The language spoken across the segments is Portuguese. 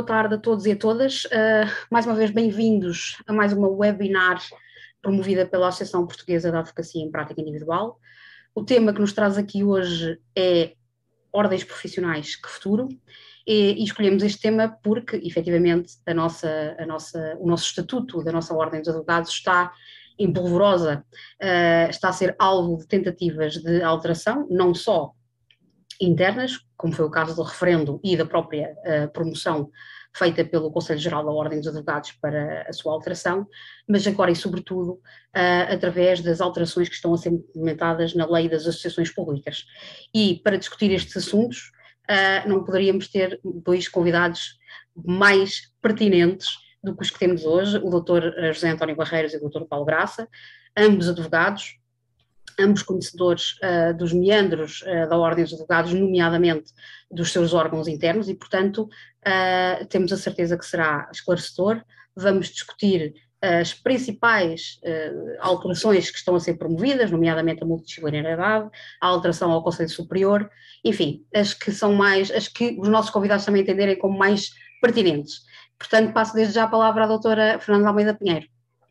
boa tarde a todos e a todas. Mais uma vez, bem-vindos a mais uma webinar promovida pela Associação Portuguesa da Advocacia em Prática Individual. O tema que nos traz aqui hoje é Ordens Profissionais, que futuro? E escolhemos este tema porque, efetivamente, o nosso estatuto da nossa Ordem dos Advogados está em polvorosa, está a ser alvo de tentativas de alteração, não só internas, como foi o caso do referendo e da própria promoção feita pelo Conselho Geral da Ordem dos Advogados para a sua alteração, mas agora e sobretudo através das alterações que estão a ser implementadas na lei das associações públicas. E para discutir estes assuntos, não poderíamos ter dois convidados mais pertinentes do que os que temos hoje, o Dr. José António Barreiros e o Dr. Paulo Graça, ambos advogados, ambos conhecedores dos meandros da Ordem dos Advogados, nomeadamente dos seus órgãos internos, e, portanto, temos a certeza que será esclarecedor. Vamos discutir as principais alterações que estão a ser promovidas, nomeadamente a multidisciplinariedade, a alteração ao Conselho Superior, enfim, as que os nossos convidados também entenderem como mais pertinentes. Portanto, passo desde já a palavra à doutora Fernanda Almeida Pinheiro.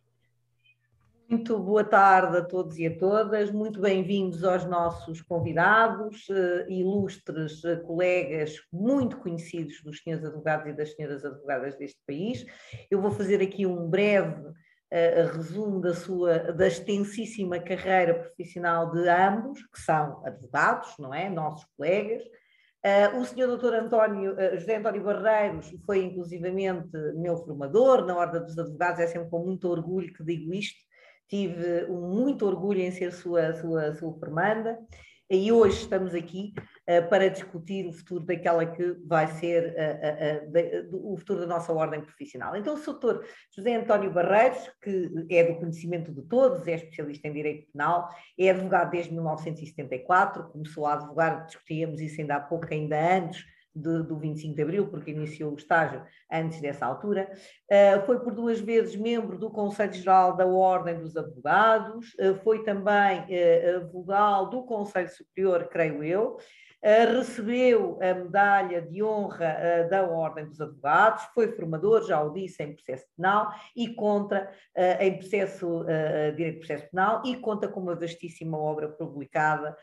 Muito boa tarde a todos e a todas, muito bem-vindos aos nossos convidados, ilustres colegas muito conhecidos dos senhores advogados e das senhoras advogadas deste país. Eu vou fazer aqui um breve resumo da extensíssima carreira profissional de ambos, que são advogados, não é? Nossos colegas. O Sr. Dr. José António Barreiros foi inclusivamente meu formador na Ordem dos Advogados, é sempre com muito orgulho que digo isto. Tive muito orgulho em ser sua formanda e hoje estamos aqui para discutir o futuro daquela que vai ser o futuro da nossa ordem profissional. Então, o Dr. José António Barreiros, que é do conhecimento de todos, é especialista em Direito Penal, é advogado desde 1974, começou a advogar, discutíamos isso ainda há pouco, ainda antes do 25 de Abril, porque iniciou o estágio antes dessa altura. Foi por 2 vezes membro do Conselho Geral da Ordem dos Advogados, foi também vogal do Conselho Superior, creio eu, recebeu a medalha de honra da Ordem dos Advogados, foi formador, já o disse, em processo penal e em direito de processo penal, e conta com uma vastíssima obra publicada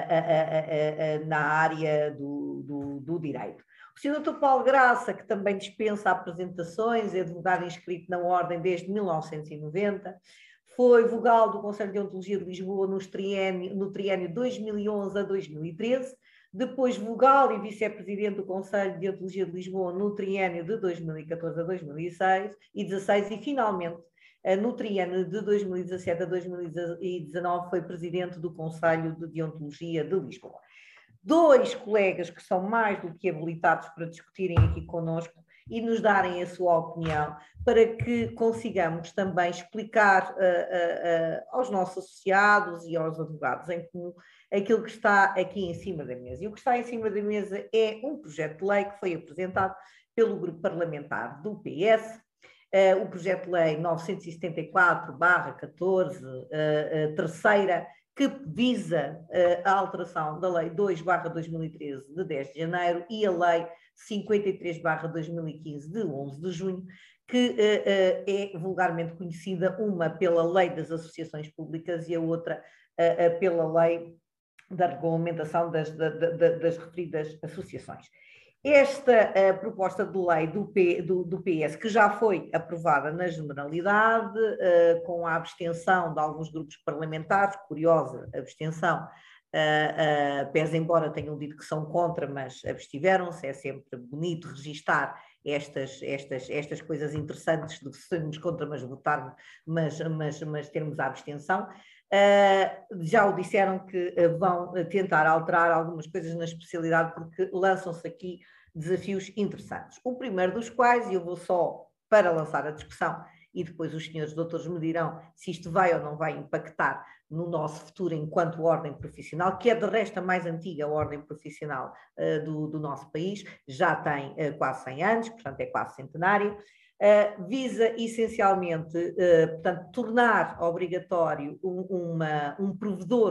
na área do direito. O Sr. Dr. Paulo Graça, que também dispensa apresentações, é advogado inscrito na Ordem desde 1990, foi vogal do Conselho de Deontologia de Lisboa no triênio 2011 a 2013, depois vogal e vice-presidente do Conselho de Deontologia de Lisboa no triênio de 2014 a 2016 e finalmente no triênio de 2017 a 2019 foi presidente do Conselho de Deontologia de Lisboa. 2 colegas que são mais do que habilitados para discutirem aqui connosco e nos darem a sua opinião para que consigamos também explicar aos nossos associados e aos advogados em comum aquilo que está aqui em cima da mesa. E o que está em cima da mesa é um projeto de lei que foi apresentado pelo grupo parlamentar do PS, o projeto de lei 974/14, terceira, que visa a alteração da lei 2/2013 de 10 de janeiro e a lei 53/2015 de 11 de junho, que é vulgarmente conhecida, uma pela lei das associações públicas e a outra pela lei da regulamentação das referidas associações. Esta proposta de lei do PS, que já foi aprovada na generalidade, com a abstenção de alguns grupos parlamentares, curiosa abstenção, pese embora tenham dito que são contra, mas abstiveram-se, é sempre bonito registar estas coisas interessantes de sermos contra, mas votarmos, mas termos a abstenção. Já o disseram que vão tentar alterar algumas coisas na especialidade porque lançam-se aqui desafios interessantes. O primeiro dos quais, e eu vou só para lançar a discussão e depois os senhores doutores me dirão se isto vai ou não vai impactar no nosso futuro enquanto ordem profissional, que é de resto a mais antiga ordem profissional do nosso país, já tem quase 100 anos, portanto é quase centenário. Visa essencialmente, portanto, tornar obrigatório um provedor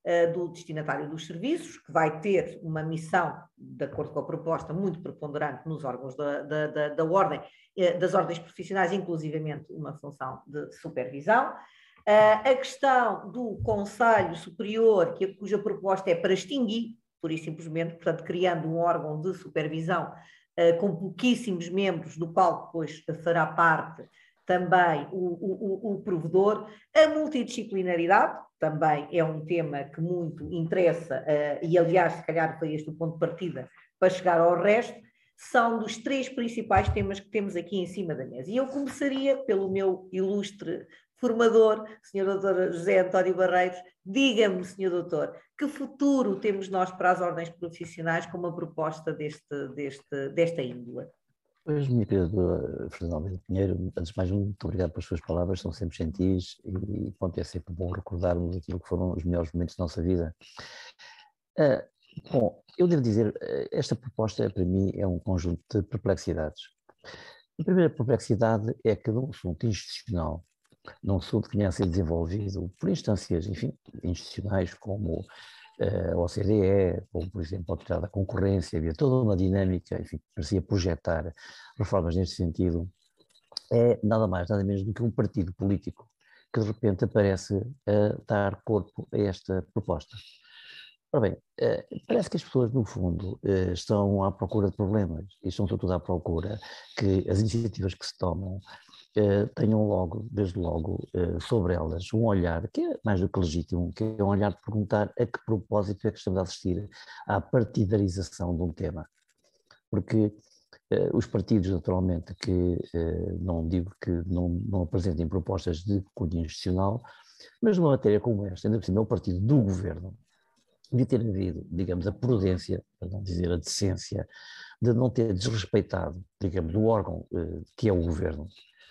do destinatário dos serviços, que vai ter uma missão, de acordo com a proposta, muito preponderante nos órgãos da ordem, das ordens profissionais, inclusivamente uma função de supervisão. A questão do Conselho Superior, cuja proposta é para extinguir, pura e simplesmente, portanto, criando um órgão de supervisão com pouquíssimos membros, do qual depois fará parte também o provedor. A multidisciplinaridade também é um tema que muito interessa, e aliás, se calhar foi este o ponto de partida para chegar ao resto. São dos 3 principais temas que temos aqui em cima da mesa. E eu começaria pelo meu ilustre formador, Sr. Dr. José António Barreiros. Diga-me, Sr. Doutor, que futuro temos nós para as ordens profissionais com uma proposta desta índole? Pois, minha querida Fernanda Almeida Pinheiro, antes de mais, muito obrigado pelas suas palavras, são sempre gentis e pronto, é sempre bom recordarmos aquilo que foram os melhores momentos da nossa vida. Bom, eu devo dizer, esta proposta para mim é um conjunto de perplexidades. A primeira perplexidade é que num assunto institucional, num assunto que venha a ser desenvolvido por instâncias, enfim, institucionais como a OCDE, ou por exemplo a Autoridade da Concorrência, havia toda uma dinâmica, enfim, que parecia projetar reformas neste sentido, é nada mais, nada menos do que um partido político que de repente aparece a dar corpo a esta proposta. Ora bem, parece que as pessoas, no fundo, estão à procura de problemas e estão sobretudo à procura que as iniciativas que se tomam tenham logo, desde logo, sobre elas um olhar que é mais do que legítimo, que é um olhar de perguntar a que propósito é que estamos a assistir à partidarização de um tema. Porque os partidos, naturalmente, que não digo que não apresentem propostas de cunho institucional, mas numa matéria como esta, ainda por cima é o partido do governo, de ter havido, digamos, a prudência, para não dizer a decência, de não ter desrespeitado, digamos, o órgão que é o governo,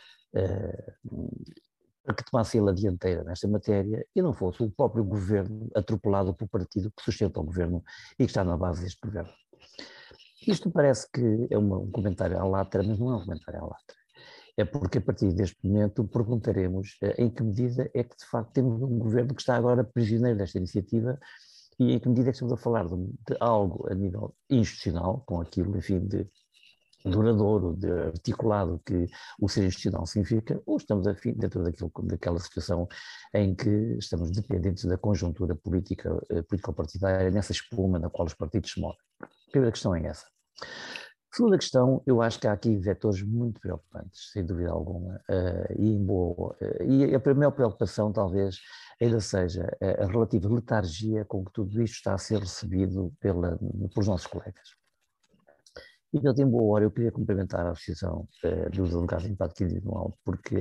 para que tomasse ele a dianteira nesta matéria e não fosse o próprio governo atropelado pelo partido que sustenta o governo e que está na base deste governo. Isto parece que é um comentário à latra, mas não é um comentário à latra. É porque a partir deste momento perguntaremos em que medida é que de facto temos um governo que está agora prisioneiro desta iniciativa e em que medida é que estamos a falar de algo a nível institucional, com aquilo, enfim, de duradouro, de articulado que o ser institucional significa, ou estamos dentro daquela situação em que estamos dependentes da conjuntura político-partidária, nessa espuma na qual os partidos se movem. A primeira questão é essa. Segunda questão, eu acho que há aqui vetores muito preocupantes, sem dúvida alguma, e a maior preocupação talvez ainda seja a relativa letargia com que tudo isto está a ser recebido pelos nossos colegas. E, portanto, em boa hora, eu queria cumprimentar a Associação dos Advogados em Prática Individual, porque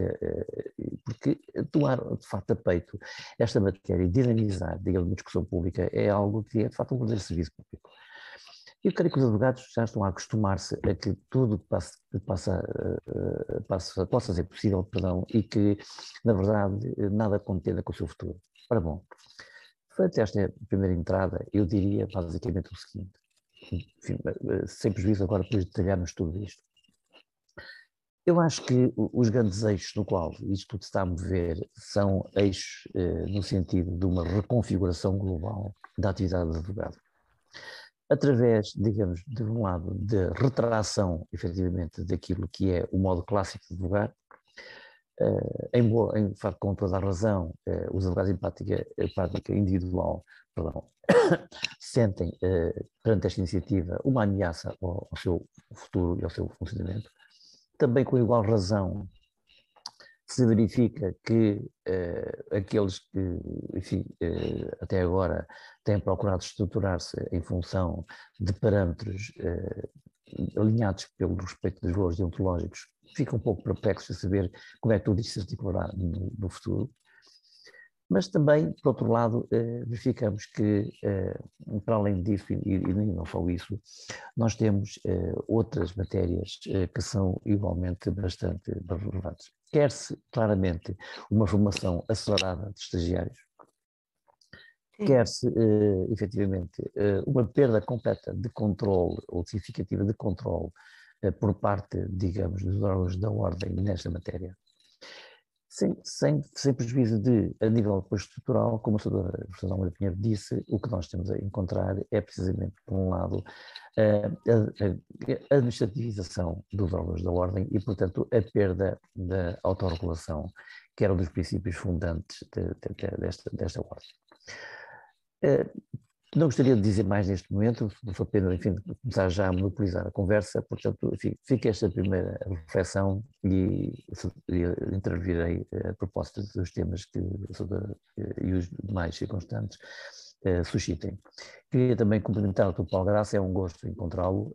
tomar, de facto, a peito esta matéria e dinamizar, digamos, uma discussão pública é algo que é, de facto, um verdadeiro serviço público. Eu creio que os advogados já estão a acostumar-se a que tudo possa ser possível, perdão, e que, na verdade, nada contenda com o seu futuro. Ora bom, feita esta primeira entrada, eu diria basicamente o seguinte, enfim, sem prejuízo agora depois de detalharmos tudo isto. Eu acho que os grandes eixos no qual isto tudo se está a mover são eixos no sentido de uma reconfiguração global da atividade do advogado. Através, digamos, de um lado, de retração, efetivamente, daquilo que é o modo clássico de advogar, em facto, com toda a razão, os advogados em prática individual, perdão, sentem, perante esta iniciativa, uma ameaça ao seu futuro e ao seu funcionamento. Também, com igual razão, se verifica que aqueles que, enfim, até agora têm procurado estruturar-se em função de parâmetros alinhados pelo respeito dos valores deontológicos, ficam um pouco perplexos a saber como é que tudo isto se articulará no futuro. Mas também, por outro lado, verificamos que, para além disso, e não só isso, nós temos outras matérias que são igualmente bastante relevantes. Quer-se claramente uma formação acelerada de estagiários, quer-se efetivamente uma perda completa de controle ou significativa de controle por parte, digamos, dos órgãos da ordem nesta matéria. sem prejuízo de, a nível depois estrutural, como a professora Almeida Pinheiro disse, o que nós temos a encontrar é precisamente, por um lado, a administrativização dos órgãos da ordem e, portanto, a perda da autorregulação, que era um dos princípios fundantes desta ordem. Não gostaria de dizer mais neste momento, só apenas, enfim, começar já a monopolizar a conversa, portanto, enfim, fica esta primeira reflexão e intervirei a propósito dos temas que e os demais circunstantes suscitem. Queria também cumprimentar o Dr. Paulo Graça, é um gosto encontrá-lo.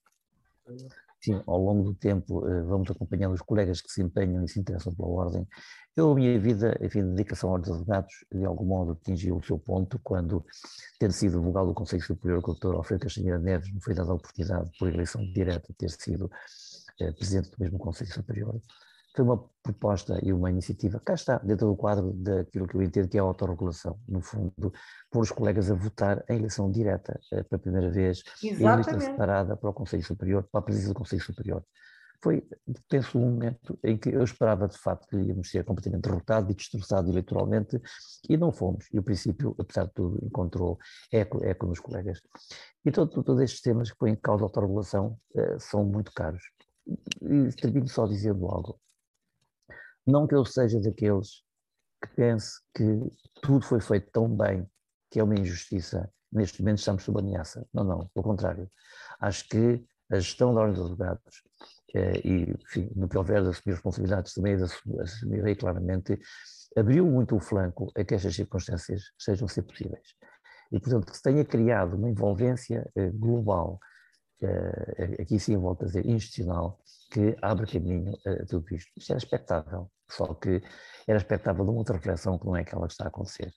Sim, ao longo do tempo vamos acompanhando os colegas que se empenham e se interessam pela ordem. A minha vida, enfim, de dedicação aos advogados, de algum modo atingiu o seu ponto quando, tendo sido vogal do Conselho Superior com o Dr. Alfredo Castanheira Neves, me foi dada a oportunidade, por eleição direta, de ter sido presidente do mesmo Conselho Superior. Foi uma proposta e uma iniciativa, cá está, dentro do quadro daquilo que eu entendo que é a autorregulação, no fundo, pôr os colegas a votar em eleição direta, pela primeira vez, em lista separada para o Conselho Superior, para a presidência do Conselho Superior. Foi, penso, um momento em que eu esperava, de facto, que íamos ser completamente derrotados e destroçados eleitoralmente, e não fomos. E o princípio, apesar de tudo, encontrou eco nos colegas. E todos estes temas que põem em causa a autorregulação são muito caros. E termino só dizendo algo. Não que eu seja daqueles que pense que tudo foi feito tão bem que é uma injustiça, neste momento estamos sob ameaça. Não, pelo contrário. Acho que a gestão da Ordem dos Advogados e, enfim, no que houver de assumir responsabilidades também assumirei claramente, abriu muito o flanco a que estas circunstâncias sejam ser possíveis. E, portanto, que se tenha criado uma envolvência global, aqui sim volto a dizer institucional, que abre caminho a tudo isto. Isto era expectável, só que era expectável de uma outra reflexão que não é aquela que está a acontecer.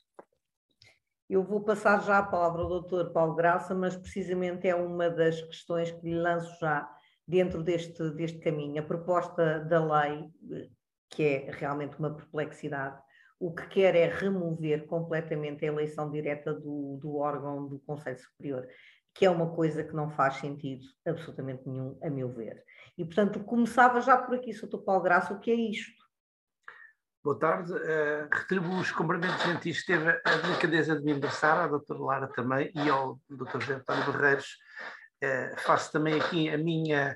Eu vou passar já a palavra ao Dr. Paulo Graça, mas precisamente é uma das questões que lhe lanço já dentro deste caminho. A proposta da lei, que é realmente uma perplexidade, o que quer é remover completamente a eleição direta do órgão do Conselho Superior, que é uma coisa que não faz sentido absolutamente nenhum, a meu ver. E, portanto, começava já por aqui, Sr. Paulo Graça, o que é isto? Boa tarde. Retribuo os cumprimentos gentis que teve a delicadeza de me endereçar, à doutora Lara também e ao Dr. José António Barreiros. Faço também aqui a minha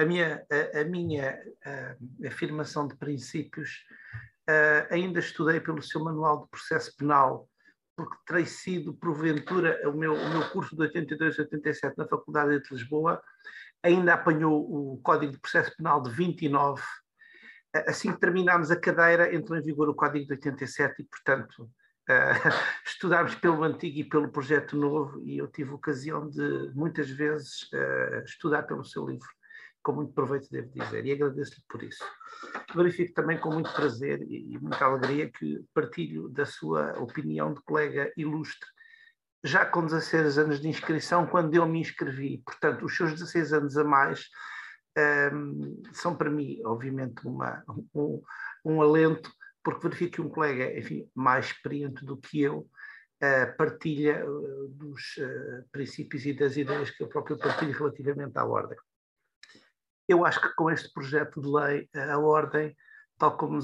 afirmação de princípios. Ainda estudei pelo seu manual de processo penal, porque terei sido, porventura, o meu curso de 82 e 87 na Faculdade de Lisboa, ainda apanhou o Código de Processo Penal de 29. Assim que terminámos a cadeira, entrou em vigor o Código de 87 e, portanto, estudámos pelo antigo e pelo projeto novo, e eu tive ocasião de, muitas vezes, estudar pelo seu livro, com muito proveito, devo dizer, e agradeço-lhe por isso. Verifico também com muito prazer e muita alegria que partilho da sua opinião de colega ilustre, já com 16 anos de inscrição, quando eu me inscrevi. Portanto, os seus 16 anos a mais são para mim, obviamente, um alento, porque verifico que um colega, enfim, mais experiente do que eu, partilha dos princípios e das ideias que eu próprio partilho relativamente à ordem. Eu acho que com este projeto de lei, a ordem, tal como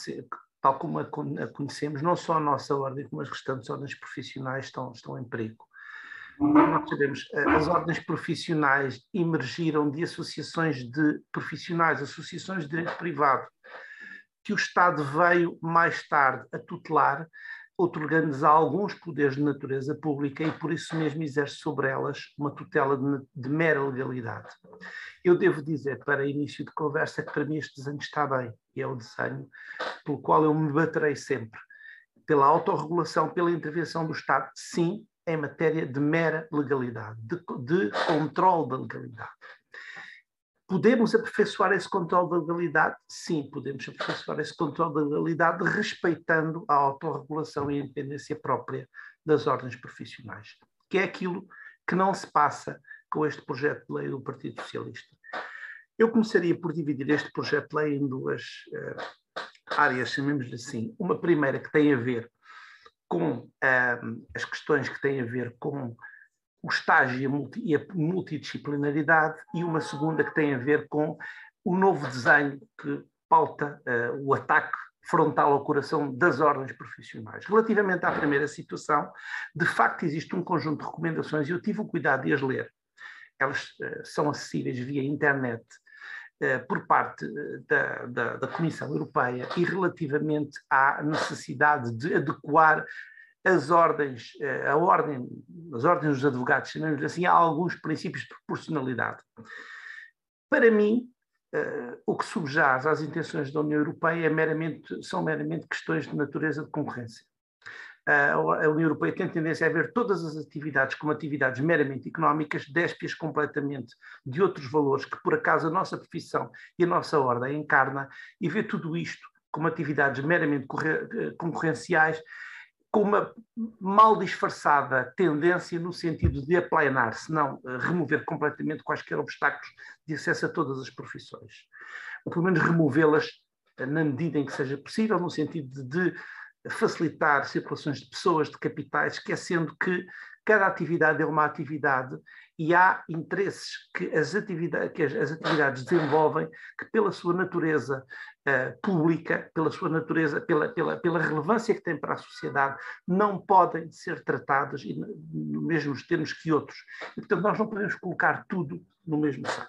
a conhecemos, não só a nossa ordem, como as restantes ordens profissionais estão em perigo. Nós sabemos, as ordens profissionais emergiram de associações de profissionais, associações de direito privado, que o Estado veio mais tarde a tutelar, outorgando-lhes alguns poderes de natureza pública e por isso mesmo exerce sobre elas uma tutela de mera legalidade. Eu devo dizer, para início de conversa, que para mim este desenho está bem, e é o desenho pelo qual eu me baterei sempre. Pela autorregulação, pela intervenção do Estado, sim, em matéria de mera legalidade, de controle da legalidade. Podemos aperfeiçoar esse controle da legalidade? Sim, podemos aperfeiçoar esse controle da legalidade respeitando a autorregulação e a independência própria das ordens profissionais, que é aquilo que não se passa com este projeto de lei do Partido Socialista. Eu começaria por dividir este projeto de lei em duas áreas, chamemos-lhe assim. Uma primeira que tem a ver com as questões que têm a ver com o estágio e a multidisciplinaridade, e uma segunda que tem a ver com o novo desenho que pauta o ataque frontal ao coração das ordens profissionais. Relativamente à primeira situação, de facto existe um conjunto de recomendações e eu tive o cuidado de as ler. Elas são acessíveis via internet por parte da Comissão Europeia e relativamente à necessidade de adequar as ordens dos advogados, chamemos assim, há alguns princípios de proporcionalidade. Para mim, o que subjaz às intenções da União Europeia são meramente questões de natureza de concorrência. A União Europeia tem tendência a ver todas as atividades como atividades meramente económicas, déspias completamente de outros valores que, por acaso, a nossa profissão e a nossa ordem encarna, e vê tudo isto como atividades meramente concorrenciais, com uma mal disfarçada tendência no sentido de aplanar, se não remover completamente quaisquer obstáculos de acesso a todas as profissões. Ou pelo menos removê-las na medida em que seja possível, no sentido de facilitar circulações de pessoas, de capitais, esquecendo que cada atividade é uma atividade e há interesses que as atividades desenvolvem que, pela sua natureza pública, pela sua natureza, pela relevância que têm para a sociedade, não podem ser tratadas nos mesmos termos que outros. E, portanto, nós não podemos colocar tudo no mesmo saco.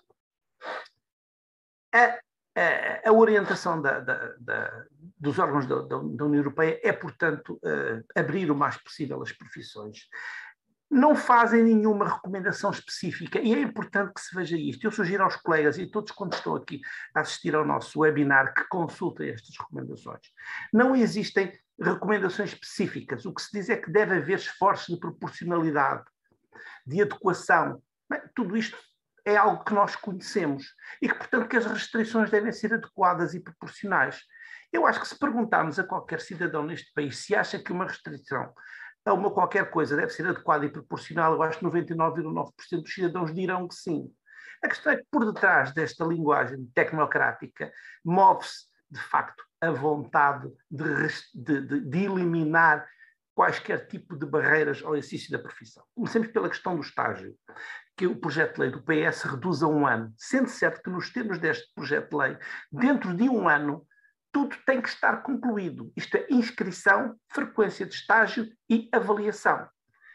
A orientação dos órgãos da União Europeia é, portanto, abrir o mais possível as profissões. Não fazem nenhuma recomendação específica e é importante que se veja isto. Eu sugiro aos colegas e todos quando estão aqui a assistir ao nosso webinar que consultem estas recomendações. Não existem recomendações específicas. O que se diz é que deve haver esforços de proporcionalidade, de adequação. Bem, tudo isto é algo que nós conhecemos e que, portanto, que as restrições devem ser adequadas e proporcionais. Eu acho que se perguntarmos a qualquer cidadão neste país se acha que uma restrição a uma qualquer coisa deve ser adequada e proporcional, eu acho que 99,9% dos cidadãos dirão que sim. A questão é que por detrás desta linguagem tecnocrática move-se, de facto, a vontade de eliminar quaisquer tipo de barreiras ao exercício da profissão. Comecemos pela questão do estágio, que o projeto de lei do PS reduz a 1 ano, sendo certo que nos termos deste projeto de lei, dentro de 1 ano, tudo tem que estar concluído. Isto é inscrição, frequência de estágio e avaliação.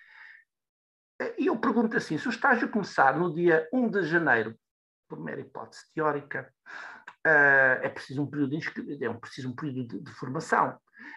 E eu pergunto assim, se o estágio começar no dia 1 de janeiro, por mera hipótese teórica, é preciso um período de formação.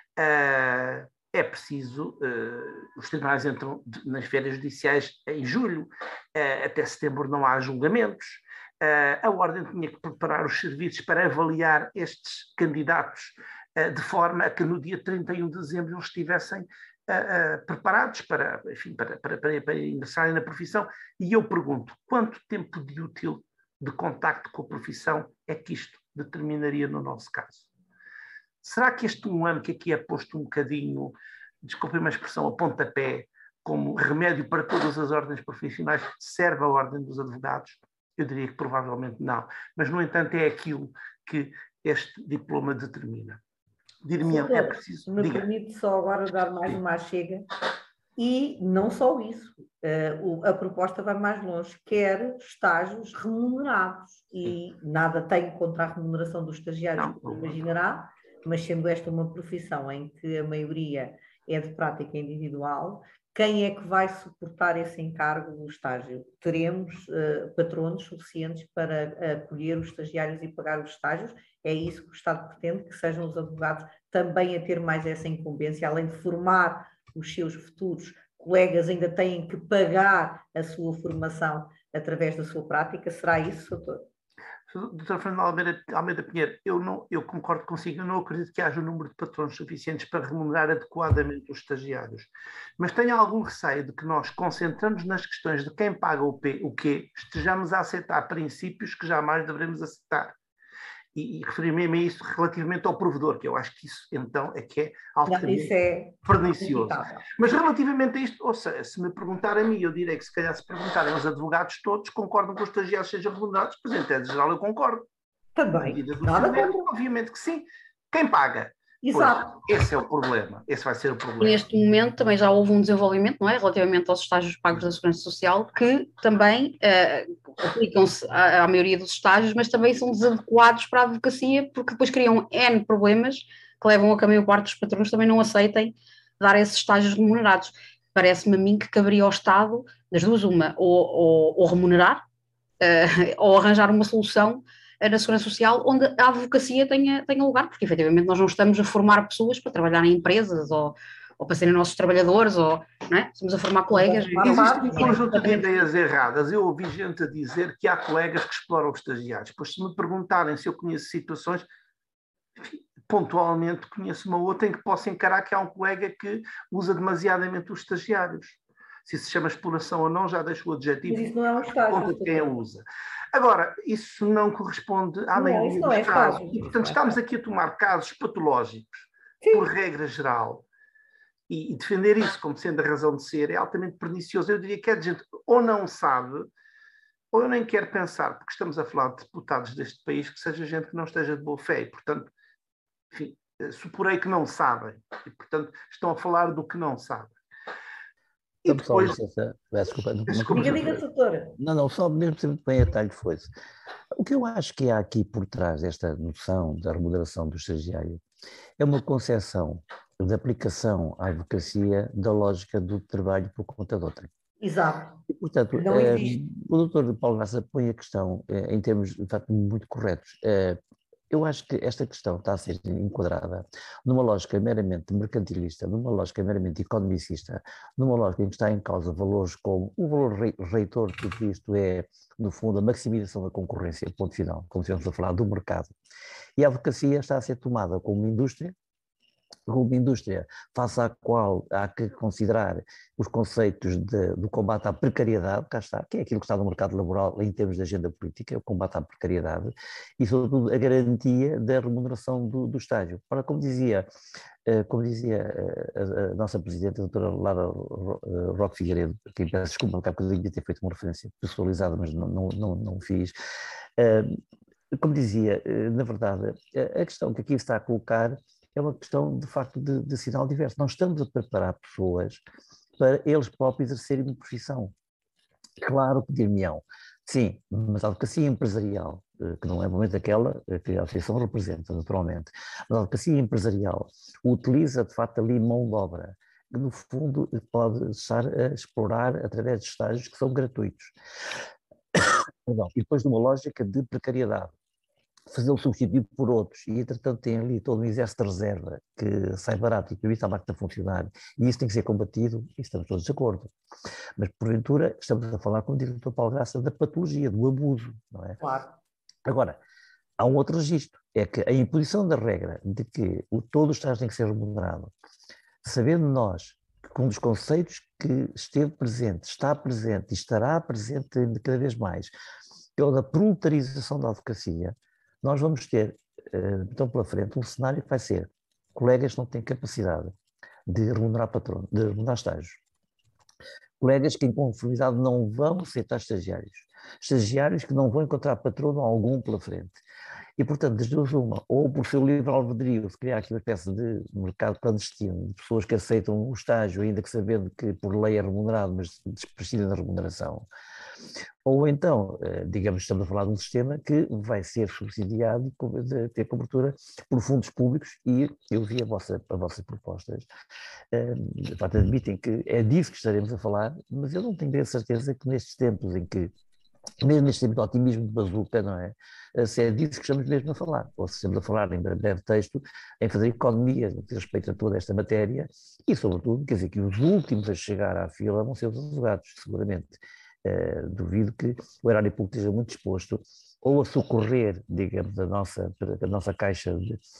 É preciso, os tribunais entram nas férias judiciais em julho, até setembro não há julgamentos. A Ordem tinha que preparar os serviços para avaliar estes candidatos de forma a que no dia 31 de dezembro eles estivessem preparados para ingressarem na profissão. E eu pergunto, quanto tempo de útil de contacto com a profissão é que isto determinaria no nosso caso? Será que este 1 ano que aqui é posto um bocadinho, desculpem uma expressão, a pontapé, como remédio para todas as ordens profissionais, serve à Ordem dos Advogados? Eu diria que provavelmente não. Mas, no entanto, é aquilo que este diploma determina. Dir-me-ão, é preciso... Me permite só agora dar mais uma chega. E não só isso. A proposta vai mais longe. Quer estágios remunerados. E nada tem contra a remuneração dos estagiários, como imaginará, mas sendo esta uma profissão em que a maioria é de prática individual, quem é que vai suportar esse encargo do estágio? Teremos patronos suficientes para acolher os estagiários e pagar os estágios? É isso que o Estado pretende, que sejam os advogados também a ter mais essa incumbência, além de formar os seus futuros colegas, ainda têm que pagar a sua formação através da sua prática. Será isso, doutor? Dr. Fernando Almeida Pinheiro, eu concordo consigo, eu não acredito que haja um número de patrões suficientes para remunerar adequadamente os estagiários, mas tenho algum receio de que nós, concentrando-nos nas questões de quem paga o quê, estejamos a aceitar princípios que jamais devemos aceitar. E referir-me a isso relativamente ao provedor, que eu acho que isso então é que é altamente pernicioso. Mas relativamente a isto, ou seja, se me perguntarem a mim, eu direi que se calhar se perguntarem aos advogados todos, concordam que os estagiários sejam remunerados, pois em tese geral eu concordo. Também. Obviamente que sim. Quem paga? Exato. Pois, esse é o problema, esse vai ser o problema. E neste momento também já houve um desenvolvimento, não é? Relativamente aos estágios pagos da Segurança Social, que também aplicam-se à maioria dos estágios, mas também são desadequados para a advocacia, porque depois criam N problemas que levam a que a maior parte dos patrões também não aceitem dar esses estágios remunerados. Parece-me a mim que caberia ao Estado, das duas uma, ou remunerar, ou arranjar uma solução na Segurança Social onde a advocacia tenha lugar, porque efetivamente nós não estamos a formar pessoas para trabalhar em empresas ou para serem nossos trabalhadores, não é? Estamos a formar colegas. Existe um conjunto de ideias erradas. Eu ouvi gente a dizer que há colegas que exploram os estagiários. Pois se me perguntarem se eu conheço situações, enfim, pontualmente conheço uma outra em que posso encarar que há um colega que usa demasiadamente os estagiários. Se isso se chama exploração ou não, já deixo o adjetivo. Mas isso não é um estágio. Conta de quem a usa. Agora, isso não corresponde à maioria dos casos. E, portanto, estamos aqui a tomar casos patológicos, por regra geral, e defender isso como sendo a razão de ser é altamente pernicioso. Eu diria que é de gente ou não sabe, ou eu nem quero pensar, porque estamos a falar de deputados deste país, que seja gente que não esteja de boa fé. E, portanto, enfim, suporei que não sabem. E, portanto, estão a falar do que não sabem. E depois... Desculpa. Diga, doutora. Não, só mesmo sempre bem a talho foi-se. O que eu acho que há aqui por trás desta noção da remuneração do estagiário é uma concepção de aplicação à advocacia da lógica do trabalho por conta de outrem. Exato. E, portanto, o doutor Paulo Graça põe a questão em termos, de facto, muito corretos. Eu acho que esta questão está a ser enquadrada numa lógica meramente mercantilista, numa lógica meramente economicista, numa lógica em que está em causa valores como o valor reitor de tudo isto é, no fundo, a maximização da concorrência, ponto final, como estivemos a falar do mercado. E a advocacia está a ser tomada como uma indústria face à qual há que considerar os conceitos do combate à precariedade, cá está, que é aquilo que está no mercado laboral em termos de agenda política, o combate à precariedade e, sobretudo, a garantia da remuneração do estágio. Ora, como dizia a nossa Presidente, a doutora Lara Roque Figueiredo, que peço desculpa, porque há bocadinho devia ter feito uma referência personalizada, mas não fiz. Como dizia, na verdade, a questão que aqui está a colocar é uma questão, de facto, de sinal diverso. Nós estamos a preparar pessoas para eles próprios exercerem uma profissão. Claro que dir-me-ão, sim, mas a advocacia empresarial, que não é momento aquela que a Associação representa, naturalmente, mas a advocacia empresarial utiliza, de facto, ali mão de obra, que no fundo pode estar a explorar através de estágios que são gratuitos. Perdão. E depois de uma lógica de precariedade. Fazê-lo substituir por outros, e entretanto tem ali todo um exército de reserva que sai barato e que evita a máquina funcionar, e isso tem que ser combatido, e estamos todos de acordo. Mas, porventura, estamos a falar, como diz o Dr. Paulo Graça, da patologia, do abuso, não é? Claro. Agora, há um outro registro, é que a imposição da regra de que todo o estágio tem que ser remunerado, sabendo nós que um dos conceitos que esteve presente, está presente e estará presente cada vez mais, que é o da proletarização da advocacia, nós vamos ter, então pela frente, um cenário que vai ser colegas que não têm capacidade de remunerar patrono, de remunerar estágios, colegas que em conformidade não vão aceitar estagiários que não vão encontrar patrono algum pela frente. E, portanto, das duas uma, ou por seu livre albedrio se criar aqui uma espécie de mercado clandestino, de pessoas que aceitam o estágio, ainda que sabendo que por lei é remunerado, mas desprescindem da remuneração. Ou então, digamos, estamos a falar de um sistema que vai ser subsidiado e ter cobertura por fundos públicos, e eu vi as vossas propostas. De facto, admitem que é disso que estaremos a falar, mas eu não tenho a certeza que nestes tempos em que, mesmo neste tempo de otimismo de bazuca, não é? Se é disso que estamos mesmo a falar, ou se estamos a falar em breve texto, em fazer economia no que respeita a toda esta matéria, e sobretudo, quer dizer, que os últimos a chegar à fila vão ser os advogados, seguramente. Duvido que o erário público esteja muito disposto ou a socorrer, digamos, a nossa caixa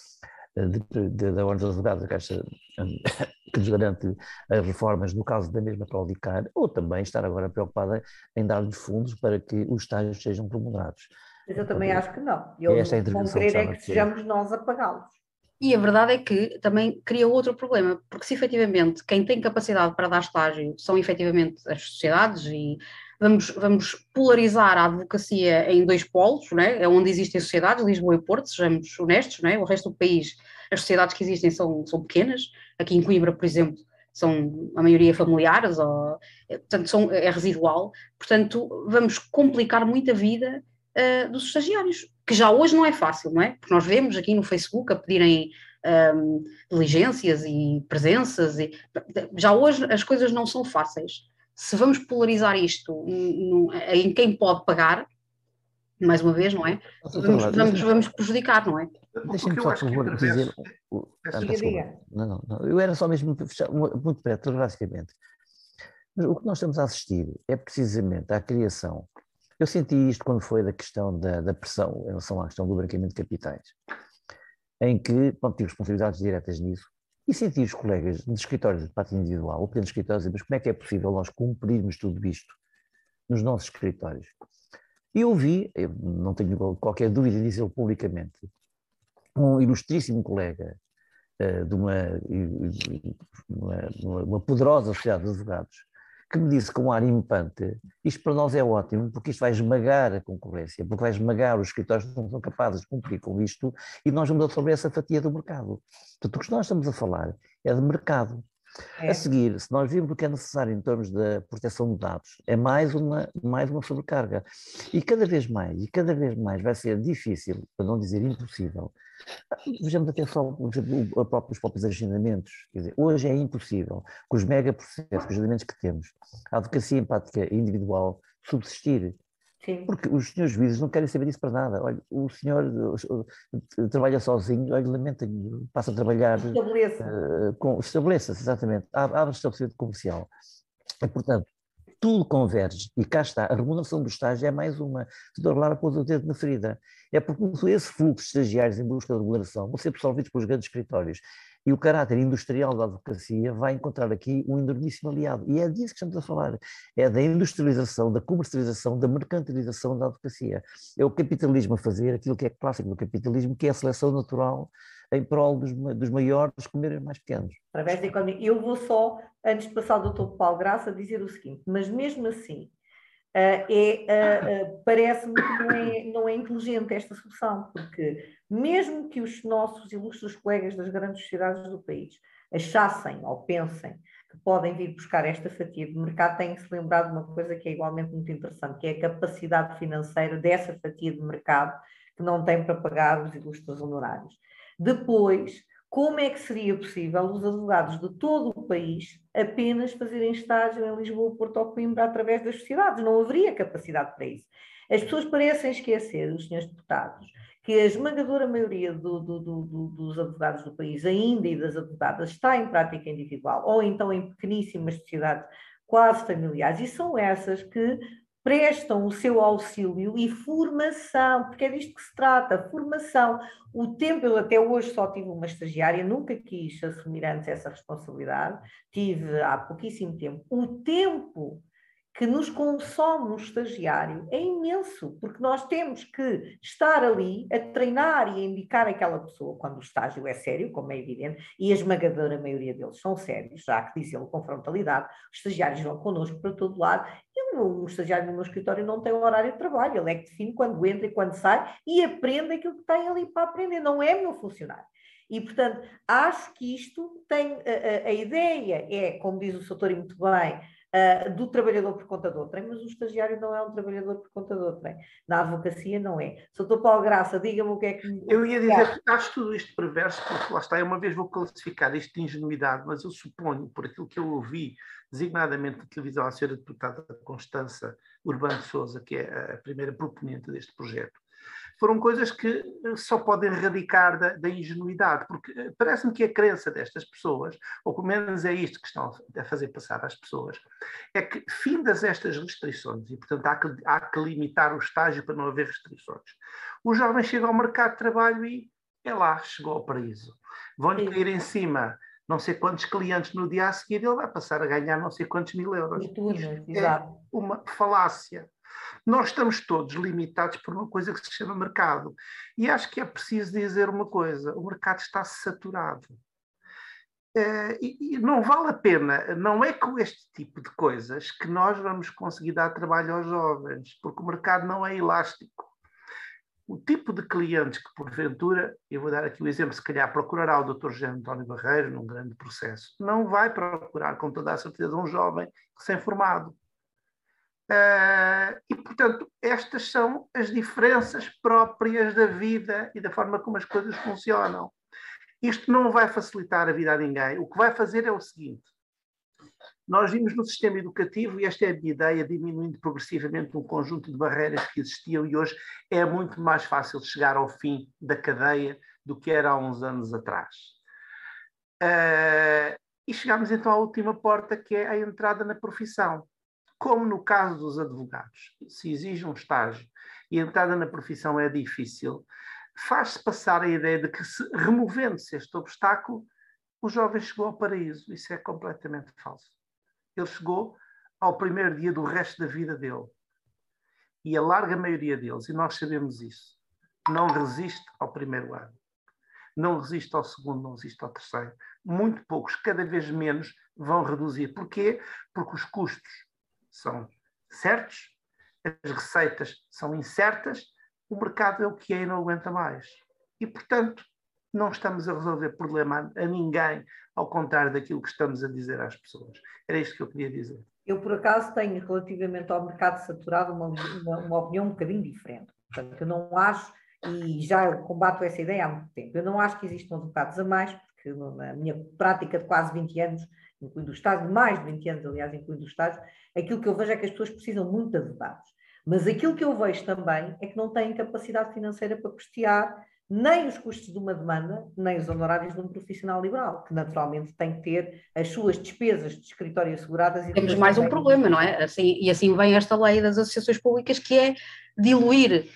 da Ordem dos Advogados, a caixa que nos garante as reformas no caso da mesma Claudicar, ou também estar agora preocupada em dar-lhes fundos para que os estágios sejam remunerados. Mas eu também acho que não. Eu não querer é que sejamos nós a pagá-los. E a verdade é que também cria outro problema, porque se efetivamente quem tem capacidade para dar estágio são efetivamente as sociedades, e vamos polarizar a advocacia em dois polos, não é? É onde existem sociedades, Lisboa e Porto, sejamos honestos, não é? O resto do país, as sociedades que existem são pequenas. Aqui em Coimbra, por exemplo, são a maioria familiares, portanto é residual. Portanto, vamos complicar muito a vida dos estagiários, que já hoje não é fácil, não é? Porque nós vemos aqui no Facebook a pedirem diligências e presenças. Já hoje as coisas não são fáceis. Se vamos polarizar isto em quem pode pagar, mais uma vez, não é? Vamos prejudicar, não é? Deixem-me só, por favor, dizer... Diga. Não. Eu era só mesmo muito breve, telegraficamente. Mas o que nós estamos a assistir é precisamente à criação. Eu senti isto quando foi da questão da pressão em relação à questão do branqueamento de capitais, em que tive responsabilidades diretas nisso, e senti os colegas dos escritórios de prática individual, ou pequenos escritórios, mas como é que é possível nós cumprirmos tudo isto nos nossos escritórios? E eu não tenho qualquer dúvida de dizê-lo publicamente, um ilustríssimo colega de uma poderosa sociedade de advogados, que me disse com um ar impante, isto para nós é ótimo, porque isto vai esmagar a concorrência, porque vai esmagar os escritórios que não são capazes de cumprir com isto, e nós vamos absorver essa fatia do mercado. Portanto, o que nós estamos a falar é de mercado. A seguir, se nós vimos o que é necessário em termos da proteção de dados, é mais uma sobrecarga. E cada vez mais vai ser difícil, para não dizer impossível. Vejamos até só, por exemplo, os próprios agendamentos. Quer dizer, hoje é impossível, com os megaprocessos, com os agendamentos que temos, a advocacia em prática individual subsistir. Sim. Porque os senhores juízes não querem saber disso para nada. Olha, o senhor trabalha sozinho, olha, lamento, passa a trabalhar... Estabeleça-se, exatamente. Abre estabelecimento comercial. E, portanto, tudo converge. E cá está, a remuneração do estágio é mais uma. Estou a falar a pôr o dedo na ferida. É porque esse fluxo de estagiários em busca de remuneração vão ser absorvidos pelos grandes escritórios. E o caráter industrial da advocacia vai encontrar aqui um enormíssimo aliado. E é disso que estamos a falar. É da industrialização, da comercialização, da mercantilização da advocacia. É o capitalismo a fazer aquilo que é clássico do capitalismo, que é a seleção natural em prol dos maiores comerem os mais pequenos. Através da economia. Eu vou só, antes de passar ao Dr. Paulo Graça, dizer o seguinte, mas mesmo assim, parece-me que não é inteligente esta solução, porque mesmo que os nossos ilustres colegas das grandes sociedades do país achassem ou pensem que podem vir buscar esta fatia de mercado, têm que se lembrar de uma coisa que é igualmente muito interessante, que é a capacidade financeira dessa fatia de mercado que não tem para pagar os ilustres honorários. Depois, como é que seria possível os advogados de todo o país apenas fazerem estágio em Lisboa, Porto ou Coimbra através das sociedades? Não haveria capacidade para isso. As pessoas parecem esquecer, os senhores deputados, que a esmagadora maioria dos advogados do país, ainda e das advogadas, está em prática individual ou então em pequeníssimas sociedades quase familiares, e são essas que prestam o seu auxílio e formação, porque é disto que se trata, formação. O tempo, eu até hoje só tive uma estagiária, nunca quis assumir antes essa responsabilidade, tive há pouquíssimo tempo. O tempo que nos consome um estagiário é imenso, porque nós temos que estar ali a treinar e a indicar aquela pessoa, quando o estágio é sério, como é evidente, e a esmagadora maioria deles são sérios, já há que dizê-lo com frontalidade, os estagiários vão connosco para todo lado, e um estagiário no meu escritório não tem um horário de trabalho, ele é que define quando entra e quando sai, e aprende aquilo que tem ali para aprender, não é meu funcionário. E, portanto, acho que isto tem, a ideia é, como diz o Sr. e muito bem, do trabalhador por conta de outrem, mas o estagiário não é um trabalhador por conta de outrem. Na advocacia não é. Sr. Paulo Graça, diga-me o que é que... Eu ia dizer, acho tudo isto perverso, porque lá está, eu uma vez vou classificar isto de ingenuidade, mas eu suponho, por aquilo que eu ouvi, designadamente na televisão, a senhora deputada Constança Urbano de Sousa, que é a primeira proponente deste projeto, foram coisas que só podem radicar da ingenuidade, porque parece-me que a crença destas pessoas, ou pelo menos é isto que estão a fazer passar às pessoas, é que, findas estas restrições, e portanto há que limitar o estágio para não haver restrições, os jovens chegam ao mercado de trabalho e é lá, chegou ao paraíso. Vão-lhe cair em cima não sei quantos clientes no dia a seguir, ele vai passar a ganhar não sei quantos mil euros. É uma falácia. Nós estamos todos limitados por uma coisa que se chama mercado. E acho que é preciso dizer uma coisa, o mercado está saturado. E não vale a pena, não é com este tipo de coisas que nós vamos conseguir dar trabalho aos jovens, porque o mercado não é elástico. O tipo de clientes que, porventura, eu vou dar aqui o exemplo, se calhar procurará o Dr. Jean António Barreiro num grande processo, não vai procurar, com toda a certeza, um jovem recém-formado. E, portanto, estas são as diferenças próprias da vida e da forma como as coisas funcionam. Isto não vai facilitar a vida a ninguém. O que vai fazer é o seguinte: nós vimos no sistema educativo, e esta é a minha ideia, diminuindo progressivamente um conjunto de barreiras que existiam, e hoje é muito mais fácil chegar ao fim da cadeia do que era há uns anos atrás. E chegamos então à última porta, que é a entrada na profissão. Como no caso dos advogados, se exige um estágio e a entrada na profissão é difícil, faz-se passar a ideia de que, removendo-se este obstáculo, o jovem chegou ao paraíso. Isso é completamente falso. Ele chegou ao primeiro dia do resto da vida dele. E a larga maioria deles, e nós sabemos isso, não resiste ao primeiro ano. Não resiste ao segundo, não resiste ao terceiro. Muito poucos, cada vez menos, vão reduzir. Porquê? Porque os custos são certos, as receitas são incertas, o mercado é o que é e não aguenta mais. E, portanto, não estamos a resolver problema a ninguém, ao contrário daquilo que estamos a dizer às pessoas. Era isto que eu queria dizer. Eu, por acaso, tenho, relativamente ao mercado saturado, uma opinião um bocadinho diferente. Portanto, eu não acho, e já combato essa ideia há muito tempo, eu não acho que existam advogados a mais, porque na minha prática de quase 20 anos, incluindo o estágio, mais de 20 anos, aliás, incluindo o estágio, aquilo que eu vejo é que as pessoas precisam muito de advogados. Mas aquilo que eu vejo também é que não têm capacidade financeira para custear nem os custos de uma demanda, nem os honorários de um profissional liberal, que naturalmente tem que ter as suas despesas de escritório asseguradas. E temos mais um problema, não é? E assim vem esta lei das associações públicas, que é diluir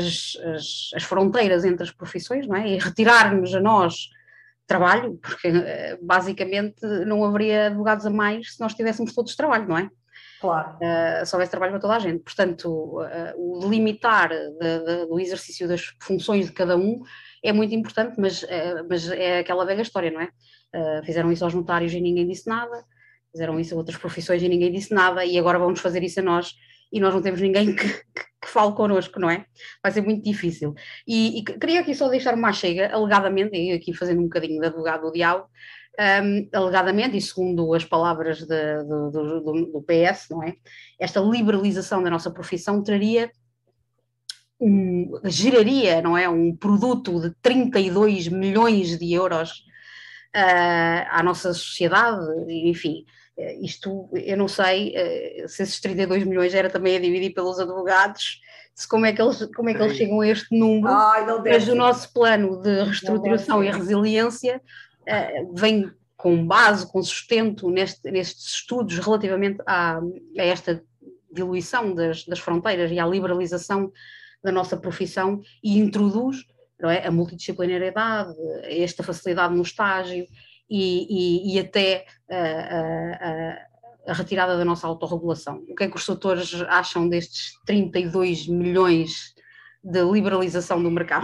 as fronteiras entre as profissões, não é? E retirar-nos a nós trabalho, porque basicamente não haveria advogados a mais se nós tivéssemos todos trabalho, não é? Claro. Se houvesse trabalho para toda a gente. Portanto, o delimitar do exercício das funções de cada um é muito importante, mas é aquela velha história, não é? Fizeram isso aos notários e ninguém disse nada, fizeram isso a outras profissões e ninguém disse nada, e agora vamos fazer isso a nós, e nós não temos ninguém que fale connosco, não é? Vai ser muito difícil. E queria aqui só deixar uma chega, alegadamente, e aqui fazendo um bocadinho de advogado do diabo, alegadamente, e segundo as palavras do PS, não é? Esta liberalização da nossa profissão geraria, não é, um produto de 32 milhões de euros à nossa sociedade, enfim. Isto, eu não sei se esses 32 milhões era também a dividir pelos advogados, como é que eles chegam a este número, mas o nosso plano de reestruturação e resiliência vem com base, com sustento nestes estudos relativamente a esta diluição das fronteiras e à liberalização da nossa profissão, e introduz, não é, a multidisciplinariedade, esta facilidade no estágio e até a retirada da nossa autorregulação. O que é que os doutores acham destes 32 milhões de liberalização do mercado?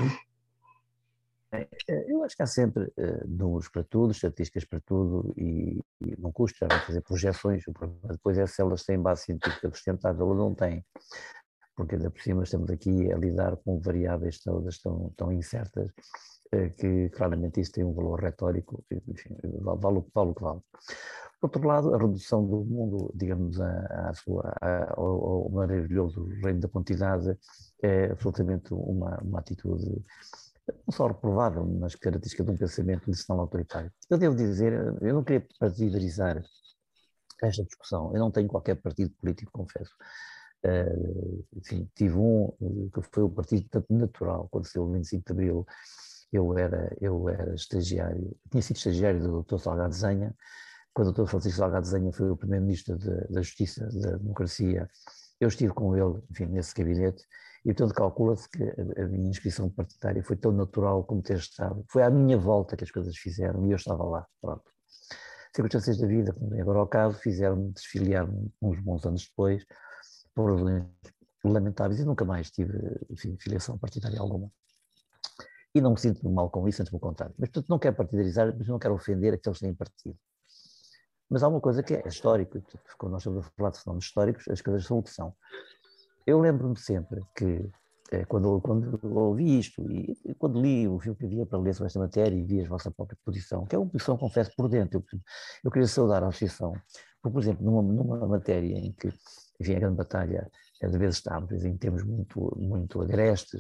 Eu acho que há sempre números para tudo, estatísticas para tudo, e não custa fazer projeções. O problema depois é se elas têm base científica sustentável ou não têm, porque ainda por cima estamos aqui a lidar com variáveis todas tão incertas, que claramente isso tem um valor retórico, enfim, vale o que vale. Por outro lado, a redução do mundo, digamos, ao maravilhoso reino da quantidade é absolutamente uma atitude não só reprovável, mas característica de um pensamento medicinal autoritário. Eu devo dizer, eu não queria partidarizar esta discussão, eu não tenho qualquer partido político, confesso. Enfim, tive que foi o partido natural, quando saiu o 25 de Abril, eu era estagiário, tinha sido estagiário do Dr. Salgado Zenha, quando o Dr. Francisco Salgado Zenha foi o primeiro-ministro da Justiça, da Democracia, eu estive com ele, enfim, nesse gabinete, e portanto calcula-se que a minha inscrição partidária foi tão natural como ter estado. Foi à minha volta que as coisas fizeram e eu estava lá, pronto. Circunstâncias da vida, como agora ao caso, fizeram-me desfiliar uns bons anos depois, por razões lamentáveis, e nunca mais tive, enfim, filiação partidária alguma. E não me sinto mal com isso, antes pelo contrário. Mas, portanto, não quero partidarizar, mas não quero ofender aqueles que têm partido. Mas há uma coisa que é histórico, quando nós estamos a falar de fenómenos históricos, as coisas são o que são. Eu lembro-me sempre que, quando ouvi isto, e quando li o filme que havia para ler sobre esta matéria e vi a vossa própria posição, que é uma posição, confesso, por dentro, eu queria saudar a associação, porque, por exemplo, numa matéria em que, enfim, a grande batalha, às vezes estamos em termos muito agrestes,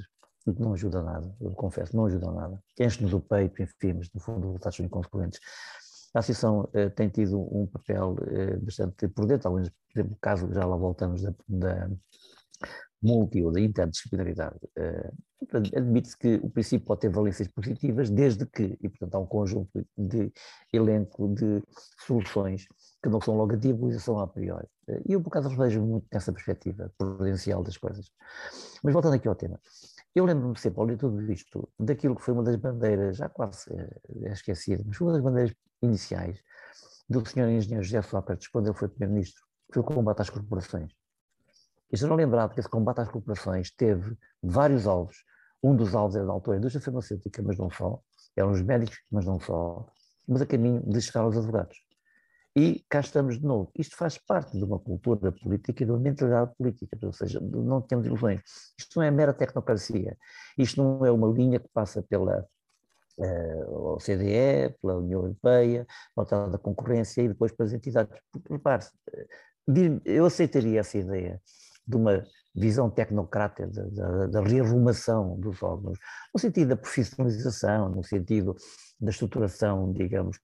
o que não ajuda a nada, eu confesso, não ajuda a nada. Enche-nos o peito, enfim, mas no fundo os resultados são inconsequentes. A Associação tem tido um papel bastante prudente, talvez, por exemplo, o caso, já lá voltamos, da multi ou da interdisciplinaridade. Admite-se que o princípio pode ter valências positivas, desde que, e portanto há um conjunto de elenco de soluções que não são logo a diabolização a priori. E eu, por acaso, vejo muito nessa perspectiva prudencial das coisas. Mas voltando aqui ao tema, eu lembro-me sempre, ao ler tudo isto, daquilo que foi uma das bandeiras, já quase esquecida, mas foi uma das bandeiras iniciais do Sr. Engenheiro José Sócrates, quando ele foi Primeiro-Ministro, que foi o combate às corporações. E serão lembrado que esse combate às corporações teve vários alvos. Um dos alvos era, na altura, a indústria farmacêutica, mas não só, eram os médicos, mas não só, mas a caminho de chegar aos advogados. E cá estamos de novo. Isto faz parte de uma cultura política e de uma mentalidade política, ou seja, não temos ilusões. Isto não é mera tecnocracia. Isto não é uma linha que passa pela OCDE, pela União Europeia, pela da concorrência e depois pelas entidades. Repare-se, eu aceitaria essa ideia de uma visão tecnocrata da rearrumação dos órgãos, no sentido da profissionalização, no sentido da estruturação, digamos,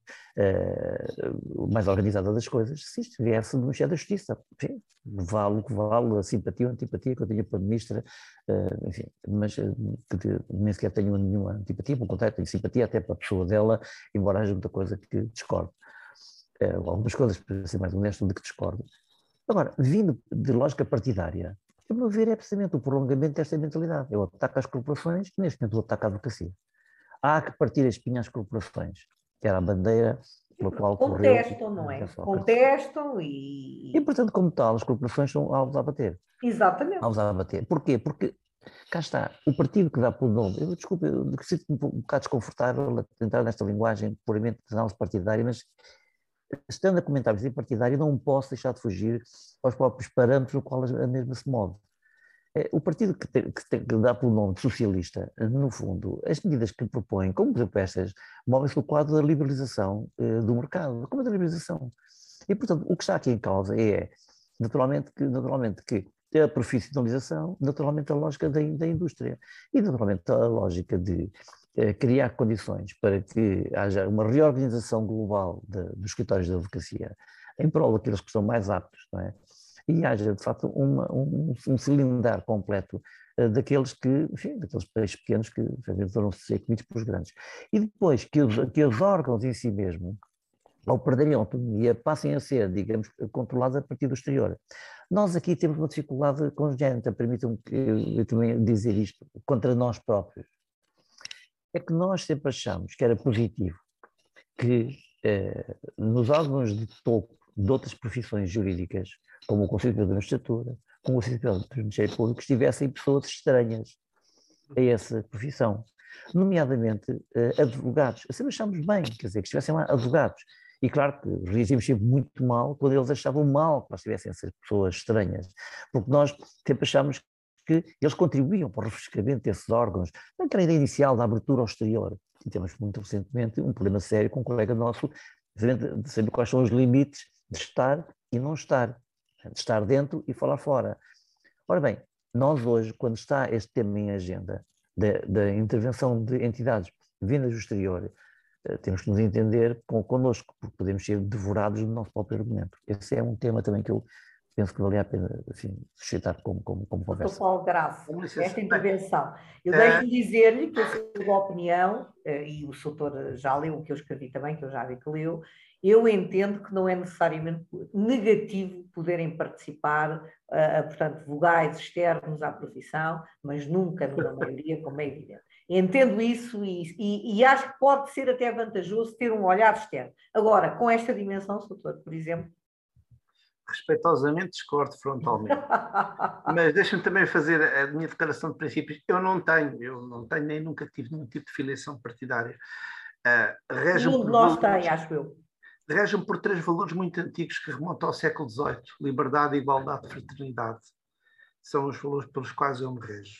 mais organizada das coisas, se isto viesse do Ministério da Justiça. Enfim, vale o que vale, a simpatia ou antipatia que eu tenho para a Ministra, enfim, mas nem sequer tenho nenhuma antipatia, pelo contrário, tenho simpatia até para a pessoa dela, embora haja muita coisa que discordo. Algumas coisas, para ser mais honesto, de que discordo. Agora, vindo de lógica partidária, o meu ver é precisamente o prolongamento desta mentalidade. É o ataque às corporações e, neste momento, o ataque à advocacia. Há que partir a espinha às corporações, que era a bandeira pela qual contestam, não é? Contestam e, portanto, como tal, as corporações são alvos a bater. Exatamente. Alvos a bater. Porquê? Porque, cá está, o partido que dá pelo nome, desculpe, eu sinto-me um bocado desconfortável a entrar nesta linguagem puramente de análise partidária, mas estando a comentar a partidária, não posso deixar de fugir aos próprios parâmetros no qual a mesma se move. O partido que dá pelo nome de socialista, no fundo, as medidas que propõe, como por exemplo estas, movem-se no quadro da liberalização do mercado. Como é da liberalização? E, portanto, o que está aqui em causa é, naturalmente que a profissionalização, naturalmente a lógica da indústria e, naturalmente, a lógica de criar condições para que haja uma reorganização global dos escritórios de advocacia em prol daqueles que são mais aptos, não é? E haja, de facto, um cilindrar completo daqueles peixes pequenos que tornam-se ser comidos pelos grandes. E depois que os órgãos em si mesmo, ao perderem a autonomia, passem a ser, digamos, controlados a partir do exterior. Nós aqui temos uma dificuldade congénita, permitam-me eu também dizer isto, contra nós próprios. É que nós sempre achamos que era positivo que nos órgãos de topo de outras profissões jurídicas, como o Conselho de Magistratura, como o Conselho do Ministério Público, estivessem pessoas estranhas a essa profissão, nomeadamente advogados. Sempre achámos bem, quer dizer, que estivessem lá advogados. E claro que reagimos sempre muito mal quando eles achavam mal que nós tivessem essas pessoas estranhas, porque nós sempre achámos que eles contribuíam para o refrescamento desses órgãos, naquela ideia inicial da abertura ao exterior. E temos muito recentemente um problema sério com um colega nosso, de saber quais são os limites de estar e não estar, de estar dentro e falar fora. Ora bem, nós hoje, quando está este tema em agenda, da intervenção de entidades vindas do exterior, temos que nos entender connosco, porque podemos ser devorados do nosso próprio argumento. Esse é um tema também que eu penso que valia a pena, enfim, suscitar como conversa. Dr. Paulo Graça, esta intervenção. Eu deixo-me dizer-lhe que a sua opinião, e o doutor já leu o que eu escrevi também, que eu já vi que leu, eu entendo que não é necessariamente negativo poderem participar, portanto, vogais externos à profissão, mas nunca numa maioria, como é evidente. Entendo isso e acho que pode ser até vantajoso ter um olhar externo. Agora, com esta dimensão, doutor, por exemplo, respeitosamente discordo frontalmente. Mas deixa-me também fazer a minha declaração de princípios. Eu não tenho nem nunca tive nenhum tipo de filiação partidária. Nenhum de nós tem, acho eu. Regem por três valores muito antigos que remontam ao século XVIII: liberdade, igualdade, fraternidade. São os valores pelos quais eu me rejo.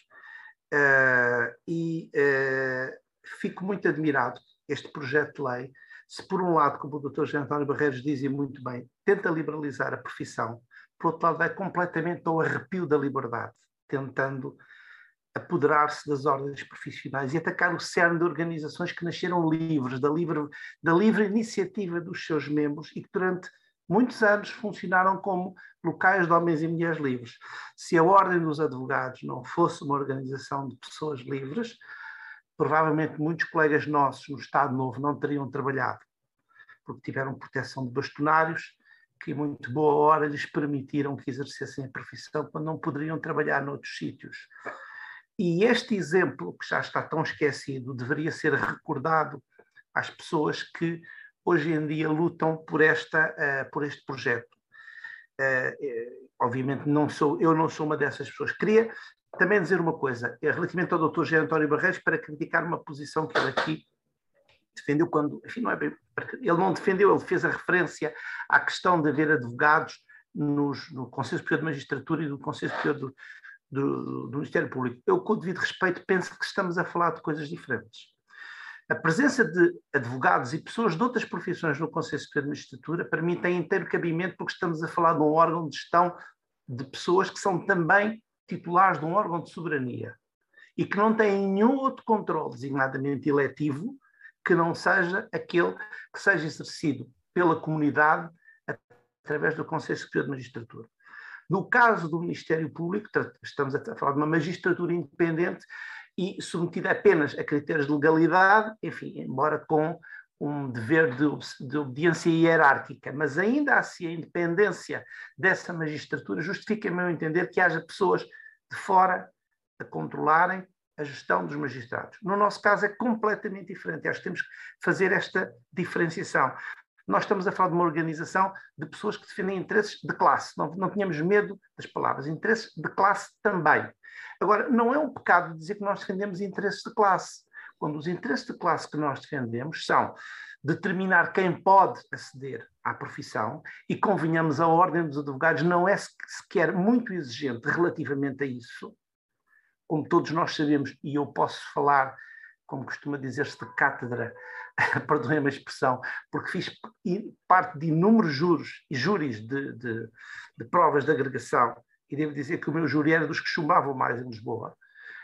Fico muito admirado este projeto de lei. Se por um lado, como o Dr. José António Barreiros dizia muito bem, tenta liberalizar a profissão, por outro lado vai completamente ao arrepio da liberdade, tentando apoderar-se das ordens profissionais e atacar o cerne de organizações que nasceram livres, da livre iniciativa dos seus membros e que durante muitos anos funcionaram como locais de homens e mulheres livres. Se a Ordem dos Advogados não fosse uma organização de pessoas livres, provavelmente muitos colegas nossos no Estado Novo não teriam trabalhado, porque tiveram proteção de bastonários que, muito boa hora, lhes permitiram que exercessem a profissão quando não poderiam trabalhar noutros sítios. E este exemplo, que já está tão esquecido, deveria ser recordado às pessoas que hoje em dia lutam por este projeto. Obviamente eu não sou uma dessas pessoas. Queria também dizer uma coisa, relativamente ao Dr. José António Barreiros, para criticar uma posição que ele aqui defendeu quando, enfim, não é bem, ele não defendeu, ele fez a referência à questão de haver advogados no Conselho Superior de Magistratura e do Conselho Superior do Ministério Público. Eu, com o devido respeito, penso que estamos a falar de coisas diferentes. A presença de advogados e pessoas de outras profissões no Conselho Superior de Magistratura, para mim, tem inteiro cabimento, porque estamos a falar de um órgão de gestão de pessoas que são também titulares de um órgão de soberania e que não têm nenhum outro controle, designadamente eletivo, que não seja aquele que seja exercido pela comunidade através do Conselho Superior de Magistratura. No caso do Ministério Público, estamos a falar de uma magistratura independente e submetida apenas a critérios de legalidade, enfim, embora com um dever de obediência hierárquica, mas ainda assim a independência dessa magistratura justifica, a meu entender, que haja pessoas de fora a controlarem a gestão dos magistrados. No nosso caso é completamente diferente, acho que temos que fazer esta diferenciação. Nós estamos a falar de uma organização de pessoas que defendem interesses de classe, não tínhamos medo das palavras, interesses de classe também. Agora, não é um pecado dizer que nós defendemos interesses de classe, quando os interesses de classe que nós defendemos são determinar quem pode aceder à profissão, e convenhamos, a Ordem dos Advogados não é sequer muito exigente relativamente a isso, como todos nós sabemos, e eu posso falar, como costuma dizer-se, de cátedra, perdoem-me a expressão, porque fiz parte de inúmeros júris de provas de agregação, e devo dizer que o meu júri era dos que chumbavam mais em Lisboa,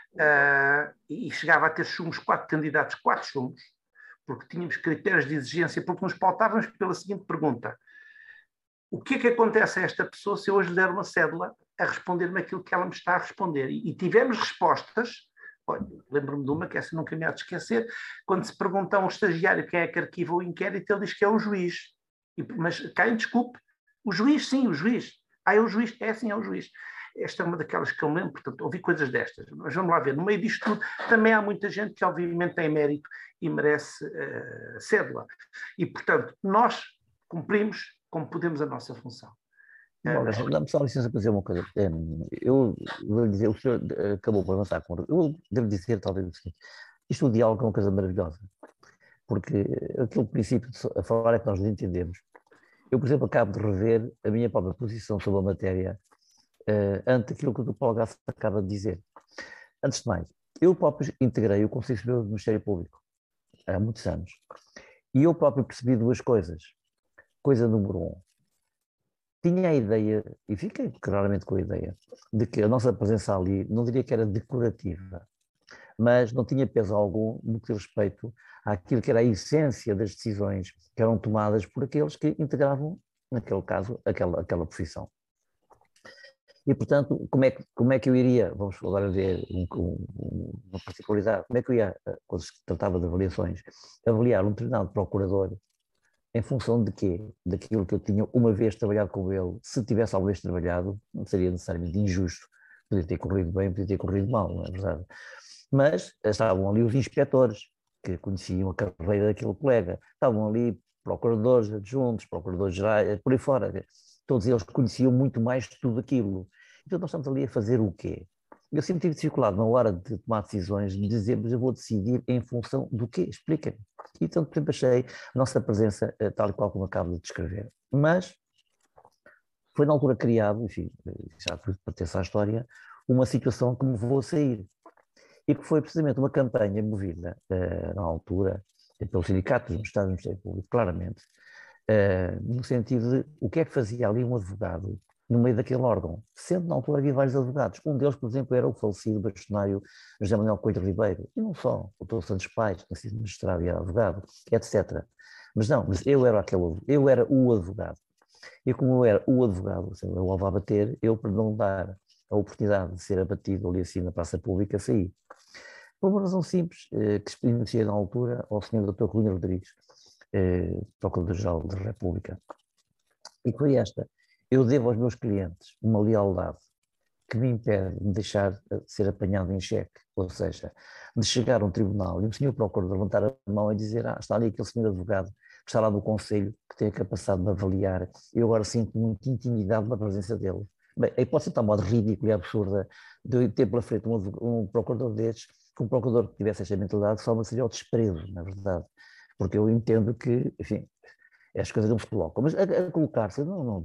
e chegava a ter chumos, 4 candidatos, 4 chumos, porque tínhamos critérios de exigência, porque nos pautávamos pela seguinte pergunta: o que é que acontece a esta pessoa se eu hoje lhe der uma cédula a responder-me aquilo que ela me está a responder? E tivemos respostas. Lembro-me de uma que essa nunca me há de esquecer, quando se pergunta a um estagiário quem é que arquiva o inquérito, ele diz que é o juiz. Mas quem, desculpe, o juiz, sim, o juiz. É o juiz, é sim, é o juiz. Esta é uma daquelas que eu me lembro, portanto, ouvi coisas destas. Mas vamos lá ver, no meio disto tudo, também há muita gente que obviamente tem mérito e merece cédula. E, portanto, nós cumprimos como podemos a nossa função. Dá-me só licença para dizer uma coisa. Eu vou dizer, o senhor acabou por avançar com. Eu devo dizer, talvez, o seguinte: isto, o diálogo, é uma coisa maravilhosa, porque aquele princípio de a falar é que nós nos entendemos. Eu, por exemplo, acabo de rever a minha própria posição sobre a matéria ante aquilo que o Dr. Paulo Graça acaba de dizer. Antes de mais, eu próprio integrei o Conselho Superior do Ministério Público há muitos anos, e eu próprio percebi duas coisas. Coisa número 1. Tinha a ideia, e fiquei claramente com a ideia, de que a nossa presença ali, não diria que era decorativa, mas não tinha peso algum no que diz respeito àquilo que era a essência das decisões que eram tomadas por aqueles que integravam, naquele caso, aquela profissão. E, portanto, como é que eu iria, vamos agora ver uma particularidade, como é que eu ia, quando se tratava de avaliações, avaliar um determinado procurador em função de quê? Daquilo que eu tinha uma vez trabalhado com ele. Se tivesse alguma vez trabalhado, não seria necessariamente injusto. Podia ter corrido bem, podia ter corrido mal, não é verdade? Mas estavam ali os inspectores, que conheciam a carreira daquele colega. Estavam ali procuradores adjuntos, procuradores gerais, por aí fora. Todos eles conheciam muito mais de tudo aquilo. Então nós estamos ali a fazer o quê? Eu sempre tive dificuldade na hora de tomar decisões, de dizer, mas eu vou decidir em função do quê? Explica-me. Então, por exemplo, achei a nossa presença tal e qual como acabo de descrever. Mas foi na altura criado, enfim, já pertence à história, uma situação que me levou a sair. E que foi precisamente uma campanha movida na altura, pelos sindicatos no Estado do Ministério Público, claramente, no sentido de o que é que fazia ali um advogado no meio daquele órgão, sendo na altura havia vários advogados. Um deles, por exemplo, era o falecido bastonário José Manuel Coelho Ribeiro, e não só, o Dr. Santos Pais, que tinha sido magistrado e era advogado, etc. Mas não, mas eu era o advogado. E como eu era o advogado, eu levava a bater, eu, para não dar a oportunidade de ser abatido ali assim na praça pública, saí. Por uma razão simples, que experienciei na altura ao Sr. Dr. Rui Rodrigues, Procurador-Geral da República. E foi esta: eu devo aos meus clientes uma lealdade que me impede de deixar de ser apanhado em xeque, ou seja, de chegar a um tribunal e o senhor procurador levantar a mão e dizer: está ali aquele senhor advogado que está lá no conselho, que tem a capacidade de avaliar, eu agora sinto muita intimidade na presença dele. Bem, a hipótese está a modo ridícula e absurda de eu ter pela frente um procurador destes, que um procurador que tivesse esta mentalidade só me seria o desprezo, na verdade, porque eu entendo que, enfim, as coisas não se colocam, mas a colocar-se,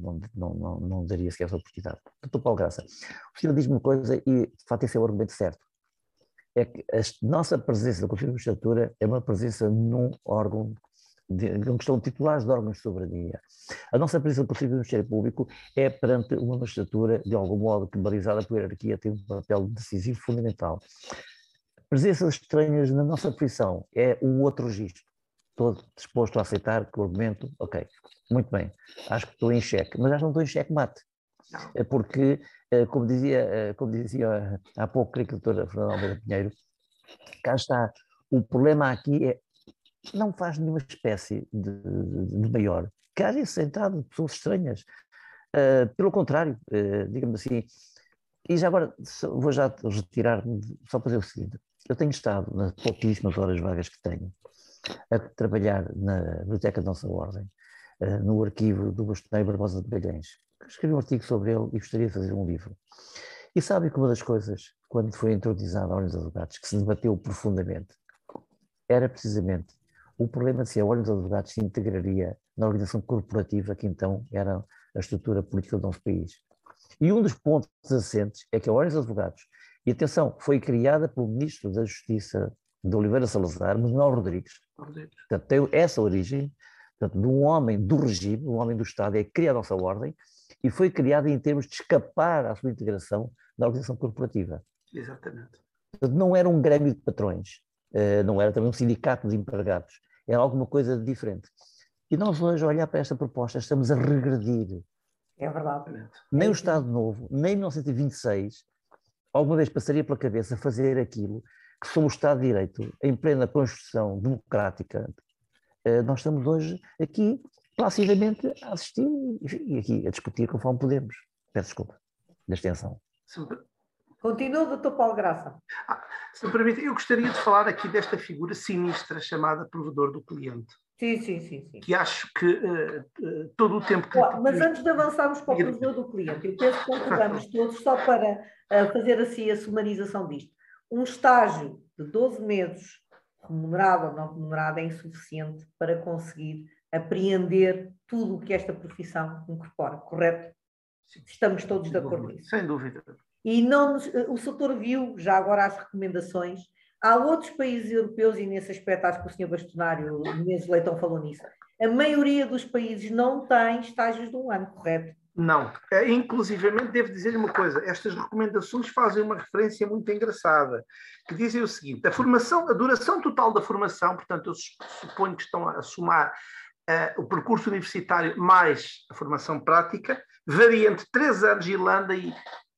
não daria sequer essa oportunidade. Doutor Paulo Graça, o senhor diz-me uma coisa e, de facto, esse é o argumento certo. É que a nossa presença da Conselho de Magistratura é uma presença num órgão, onde estão titulares de órgãos de soberania. A nossa presença do Conselho do Ministério Público é perante uma magistratura, de algum modo, que, balizada por hierarquia, tem um papel decisivo fundamental. Presenças estranhas na nossa profissão é um outro registro. Estou disposto a aceitar que o argumento, ok, muito bem, acho que estou em xeque, mas acho que não estou em xeque mate. Porque, como dizia há pouco, creio que a doutora Fernanda Almeida Pinheiro, cá está, o problema aqui é, não faz nenhuma espécie de maior que haja esse entrado de pessoas estranhas. Pelo contrário, digamos assim, e já agora vou já retirar-me só para dizer o seguinte: eu tenho estado, nas pouquíssimas horas vagas que tenho, a trabalhar na Biblioteca da Nossa Ordem, no arquivo do Bastonário Barbosa de Magalhães. Escrevi um artigo sobre ele e gostaria de fazer um livro. E sabe que uma das coisas, quando foi introduzida a Ordem dos Advogados, que se debateu profundamente, era precisamente o problema de se a Ordem dos Advogados se integraria na organização corporativa que então era a estrutura política do nosso país. E um dos pontos assentes é que a Ordem dos Advogados, e atenção, foi criada pelo Ministro da Justiça de Oliveira Salazar, Manuel Rodrigues. Portanto, tem essa origem, portanto, de um homem do regime, um homem do Estado, é criada a nossa ordem, e foi criada em termos de escapar à sua integração na organização corporativa. Exatamente. Portanto, não era um grêmio de patrões, não era também um sindicato de empregados, era alguma coisa diferente. E nós hoje, a olhar para esta proposta, estamos a regredir. É verdade. Nem o Estado Novo, nem 1926, alguma vez passaria pela cabeça fazer aquilo que, sob o Estado de Direito, em plena construção democrática, nós estamos hoje aqui, placidamente, a assistir e aqui a discutir conforme podemos. Peço desculpa da extensão. Continua, doutor Paulo Graça. Se me permite, eu gostaria de falar aqui desta figura sinistra chamada provedor do cliente. Sim. Que acho que todo o tempo que... Mas antes de avançarmos para o provedor do cliente, eu penso que concordamos todos, só para fazer assim a sumarização disto. Um estágio de 12 meses, remunerado ou não remunerado, é insuficiente para conseguir apreender tudo o que esta profissão incorpora, correto? Estamos todos de acordo nisso. Sem dúvida. E não, o setor viu, já agora as recomendações, há outros países europeus, e nesse aspecto acho que o Sr. Bastonário, o Menezes Leitão, falou nisso, a maioria dos países não tem estágios de um ano, correto? Não. Inclusivamente, devo dizer-lhe uma coisa, estas recomendações fazem uma referência muito engraçada, que dizem o seguinte: a duração total da formação, portanto, eu suponho que estão a somar o percurso universitário mais a formação prática, varia entre 3 anos Irlanda e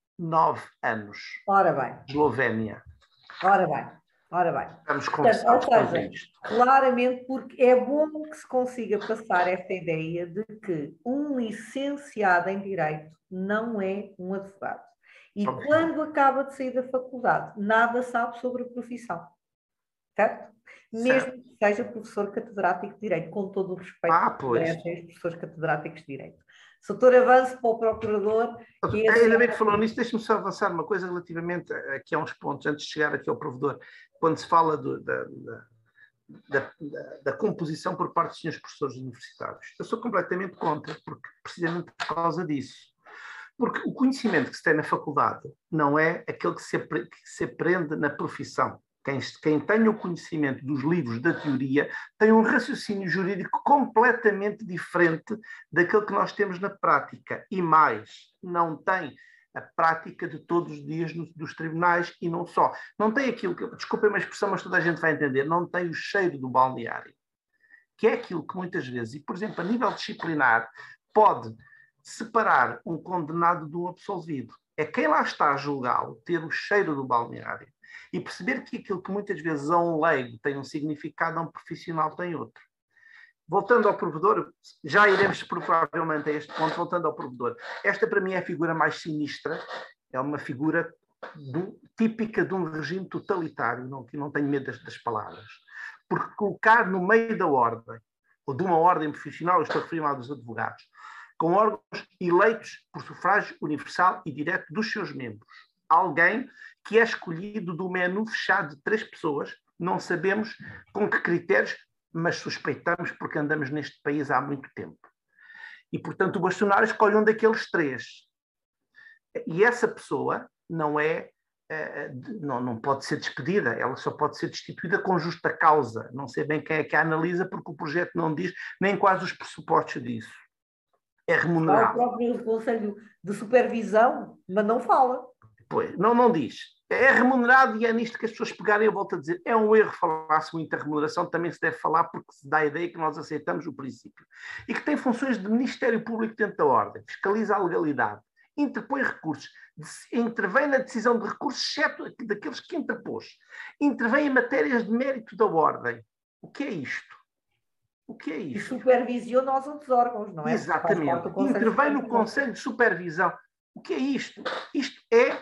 9 anos. Ora bem. Eslovénia. Ora bem. Estamos conversados com isto. Claramente, porque é bom que se consiga passar esta ideia de que um licenciado em Direito não é um advogado. E quando acaba de sair da faculdade, nada sabe sobre a profissão. Certo? Mesmo que seja professor catedrático de Direito, com todo o respeito que merecem os professores catedráticos de Direito. Doutor, avance para o Procurador. Ainda bem que falou nisso, deixe-me só avançar uma coisa relativamente aqui a uns pontos, antes de chegar aqui ao Provedor. Quando se fala da composição por parte dos senhores professores universitários. Eu sou completamente contra, porque precisamente por causa disso. Porque o conhecimento que se tem na faculdade não é aquele que se aprende na profissão. Quem tem o conhecimento dos livros da teoria tem um raciocínio jurídico completamente diferente daquele que nós temos na prática. E mais, não tem a prática de todos os dias dos tribunais e não só. Não tem aquilo que, desculpem a expressão, mas toda a gente vai entender, não tem o cheiro do balneário, que é aquilo que muitas vezes, e por exemplo, a nível disciplinar, pode separar um condenado de um absolvido. É quem lá está a julgá-lo ter o cheiro do balneário e perceber que aquilo que muitas vezes a um leigo tem um significado, a um profissional tem outro. Voltando ao provedor, já iremos provavelmente a este ponto, voltando ao provedor. Esta para mim é a figura mais sinistra, é uma figura típica de um regime totalitário, não tenho medo das palavras. Porque colocar no meio da ordem, ou de uma ordem profissional, eu estou a referir-me aos advogados, com órgãos eleitos por sufrágio universal e direto dos seus membros. Alguém que é escolhido do menu fechado de 3 pessoas, não sabemos com que critérios, mas suspeitamos porque andamos neste país há muito tempo. E, portanto, o bastonário escolhe um daqueles 3. E essa pessoa não pode ser despedida, ela só pode ser destituída com justa causa. Não sei bem quem é que a analisa, porque o projeto não diz nem quase os pressupostos disso. É remunerado. Fala o próprio Conselho de Supervisão, mas não fala. Pois, não diz. É remunerado e é nisto que as pessoas pegarem, eu volto a dizer, é um erro falar-se muito da remuneração, também se deve falar porque se dá a ideia que nós aceitamos o princípio. E que tem funções de Ministério Público dentro da ordem, fiscaliza a legalidade, interpõe recursos, intervém na decisão de recursos, exceto daqueles que interpôs, intervém em matérias de mérito da ordem. O que é isto? O que é isto? E supervisiona os outros órgãos, não é? Exatamente. Intervém no Conselho de Supervisão. O que é isto? Isto é...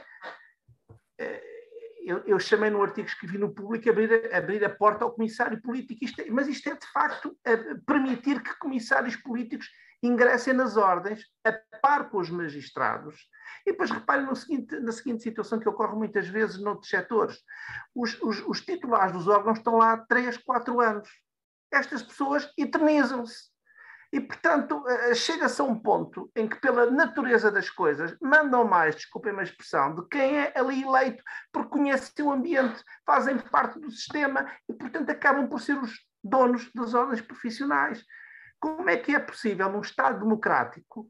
Eu chamei no artigo que escrevi no Público abrir a porta ao comissário político. Mas isto é, de facto, permitir que comissários políticos ingressem nas ordens, a par com os magistrados. E depois reparem na seguinte situação que ocorre muitas vezes noutros setores. Os titulares dos órgãos estão lá há 3, 4 anos. Estas pessoas eternizam-se. E, portanto, chega-se a um ponto em que, pela natureza das coisas, mandam mais, desculpem a expressão, de quem é ali eleito, porque conhecem o ambiente, fazem parte do sistema e, portanto, acabam por ser os donos das ordens profissionais. Como é que é possível, num Estado democrático,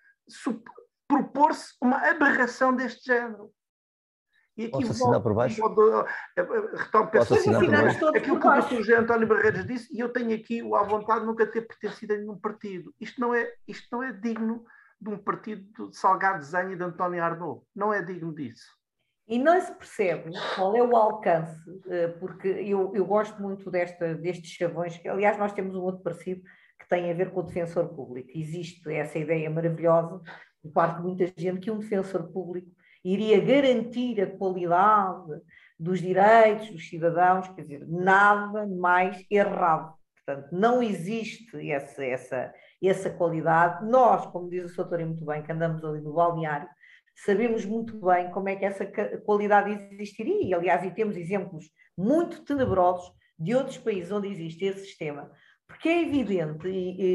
propor-se uma aberração deste género? E aqui posso assinar por baixo? Retomo aquilo que o Dr. José António Barreiros disse, e eu tenho aqui à vontade nunca ter pertencido a nenhum partido. Isto não é digno de um partido de Salgado Desenho e de António Arnaud. Não é digno disso. E não se percebe qual é o alcance, porque eu gosto muito destes chavões, que, aliás, nós temos um outro parecido que tem a ver com o defensor público. Existe essa ideia maravilhosa, por parte de muita gente, que um defensor público iria garantir a qualidade dos direitos dos cidadãos, quer dizer, nada mais errado. Portanto, não existe essa qualidade. Nós, como diz o Sr. muito bem, que andamos ali no balneário, sabemos muito bem como é que essa qualidade existiria. E, aliás, e temos exemplos muito tenebrosos de outros países onde existe esse sistema. Porque é evidente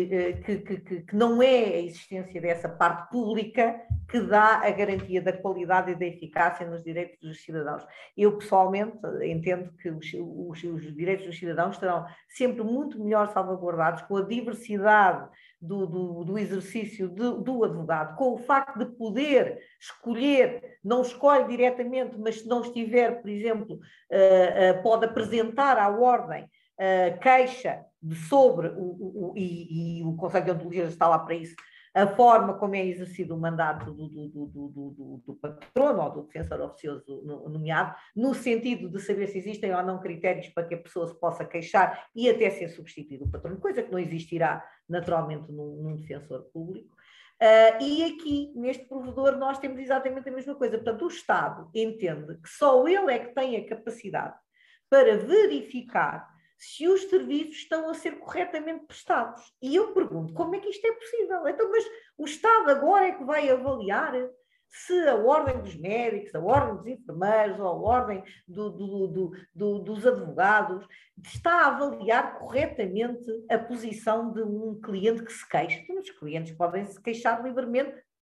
que não é a existência dessa parte pública que dá a garantia da qualidade e da eficácia nos direitos dos cidadãos. Eu, pessoalmente, entendo que os direitos dos cidadãos estarão sempre muito melhor salvaguardados com a diversidade do exercício do advogado, com o facto de poder escolher, não escolhe diretamente, mas se não estiver, por exemplo, pode apresentar à ordem queixa sobre e o Conselho de Ontologia está lá para isso, a forma como é exercido o mandato do patrono ou do defensor oficioso nomeado, no sentido de saber se existem ou não critérios para que a pessoa se possa queixar e até ser substituído o patrono, coisa que não existirá naturalmente num defensor público. E aqui, neste provedor, nós temos exatamente a mesma coisa. Portanto, o Estado entende que só ele é que tem a capacidade para verificar se os serviços estão a ser corretamente prestados. E eu pergunto, como é que isto é possível? Então, mas o Estado agora é que vai avaliar se a ordem dos médicos, a ordem dos enfermeiros ou a ordem dos advogados está a avaliar corretamente a posição de um cliente que se queixa. Então, os clientes podem se queixar livremente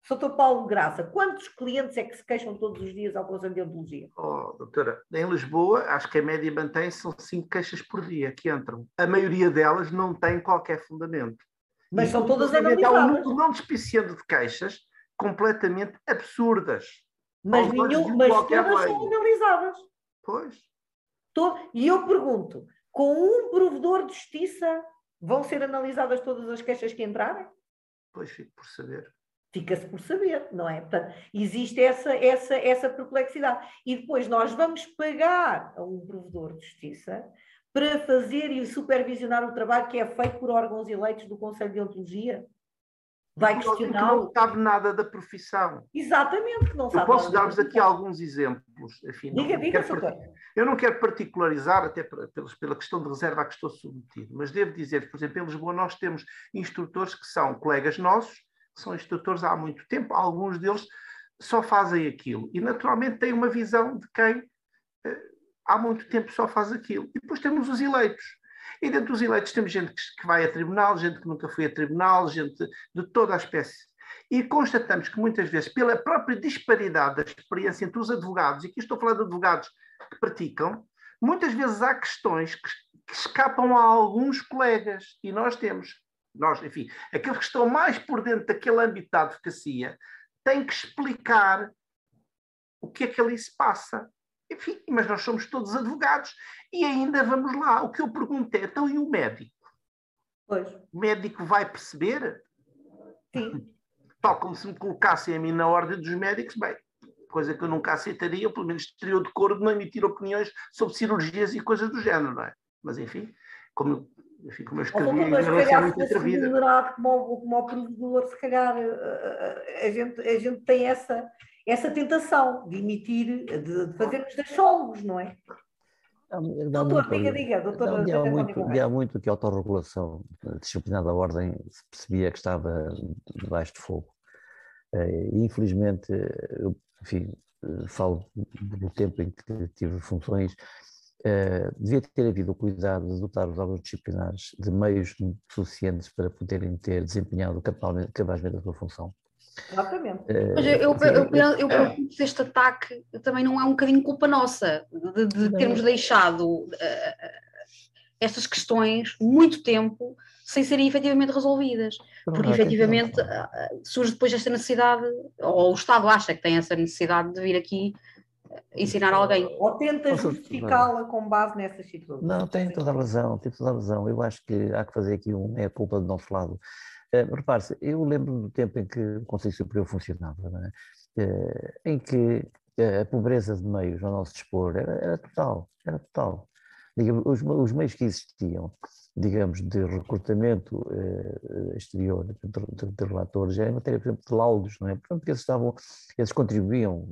Sr. Paulo de Graça, quantos clientes é que se queixam todos os dias ao Conselho de Odontologia? Oh, doutora, em Lisboa, acho que a média mantém-se, são 5 queixas por dia que entram. A maioria delas não tem qualquer fundamento. Mas são todas Inclusive, há um analisadas. número não despiciando de queixas completamente absurdas. Mas qualquer todas lei. são analisadas. Pois. E eu pergunto, com um provedor de justiça, vão ser analisadas todas as queixas que entrarem? Pois, fico por saber. Fica-se por saber, não é? Portanto, existe essa perplexidade. E depois nós vamos pagar a um provedor de justiça para fazer e supervisionar o trabalho que é feito por órgãos eleitos do Conselho de Odontologia. Vai questioná-lo. Não sabe nada da profissão. Exatamente, que não sabe. Eu posso dar-vos aqui alguns exemplos. Enfim, diga, eu não quero particularizar, até pela questão de reserva a que estou submetido, mas devo dizer que, por exemplo, em Lisboa nós temos instrutores que são colegas nossos, que são instrutores há muito tempo, alguns deles só fazem aquilo. E, naturalmente, têm uma visão de quem há muito tempo só faz aquilo. E depois temos os eleitos. E dentro dos eleitos temos gente que vai a tribunal, gente que nunca foi a tribunal, gente de toda a espécie. E constatamos que muitas vezes, pela própria disparidade da experiência entre os advogados, e aqui estou a falar de advogados que praticam, muitas vezes há questões que escapam a alguns colegas. E nós temos, enfim, aqueles que estão mais por dentro daquele âmbito da advocacia, têm que explicar o que é que ali se passa. Enfim, mas nós somos todos advogados e ainda vamos lá. O que eu pergunto é, então e o médico? Pois. O médico vai perceber? Sim. Tal como se me colocassem a mim na ordem dos médicos, bem, coisa que eu nunca aceitaria, ou pelo menos teria o decoro de não emitir opiniões sobre cirurgias e coisas do género, não é? Mas enfim, como eu escrevi, mas se calhar se fosse vida. remunerado como o provedor, se calhar a gente tem essa tentação de emitir, de fazermos deixólogos, não é? Doutor, diga, doutor. Há muito que a autorregulação disciplinar da ordem se percebia que estava debaixo de fogo. E infelizmente, eu, enfim, falo do tempo em que tive funções, devia ter havido o cuidado de dotar os órgãos disciplinares de meios suficientes para poderem ter desempenhado cabalmente a sua função. Exatamente. Mas eu preocupo que este ataque também não é um bocadinho culpa nossa, de termos deixado estas questões muito tempo sem serem efetivamente resolvidas. Porque efetivamente surge depois esta necessidade, ou o Estado acha que tem essa necessidade de vir aqui ensinar alguém. Ou tenta justificá-la com base nessas situações. Não, tem toda a razão. Eu acho que há que fazer aqui uma culpa do nosso lado. Repare-se, eu lembro do tempo em que o Conselho Superior funcionava, não é? Em que a pobreza de meios ao nosso dispor era total. Digamos, os meios que existiam, digamos, de recrutamento exterior de relatores, era em matéria, por exemplo, de laudos, não é? Portanto, eles contribuíam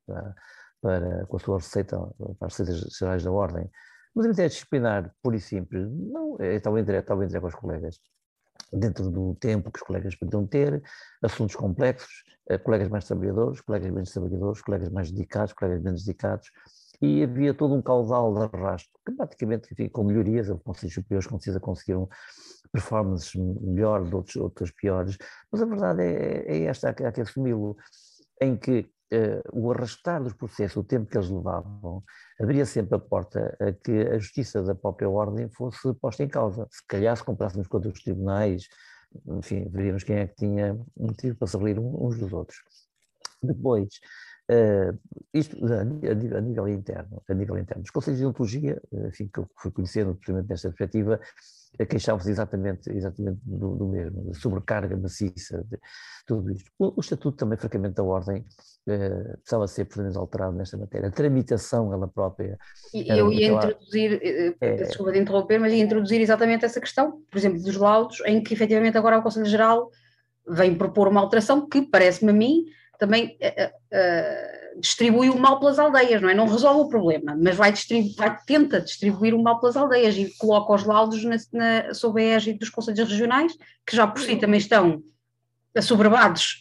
com a sua receita, para as receitas gerais da ordem, mas em matéria disciplinar, pura e simples, não, estava entregue com os colegas, dentro do tempo que os colegas podiam ter, assuntos complexos, colegas mais trabalhadores, colegas menos trabalhadores, colegas mais dedicados, colegas menos dedicados, e havia todo um caudal de arrasto, que praticamente, enfim, com melhorias, os conselhos superiores com certeza conseguiram performances melhores, outras piores, mas a verdade é esta, há que assumi-lo, em que o arrastar dos processos, o tempo que eles levavam, abria sempre a porta a que a justiça da própria ordem fosse posta em causa. Se calhar, se comparássemos com outros tribunais, enfim, veríamos quem é que tinha motivo para se rir uns dos outros. Depois, isto a nível interno, os conselhos de odontologia, enfim, que eu fui conhecendo precisamente nesta perspectiva, queixavam-se exatamente do mesmo, de sobrecarga maciça, de tudo isto. O estatuto também, francamente, da ordem precisava ser profundamente alterado nesta matéria. A tramitação, ela própria... E eu ia introduzir, desculpa de interromper, mas ia introduzir exatamente essa questão, por exemplo, dos laudos, em que efetivamente agora o Conselho Geral vem propor uma alteração que, parece-me a mim, também distribui o mal pelas aldeias, não é? Não resolve o problema, mas tenta distribuir o mal pelas aldeias e coloca os laudos sob a égide dos conselhos regionais, que já por si também estão assoberbados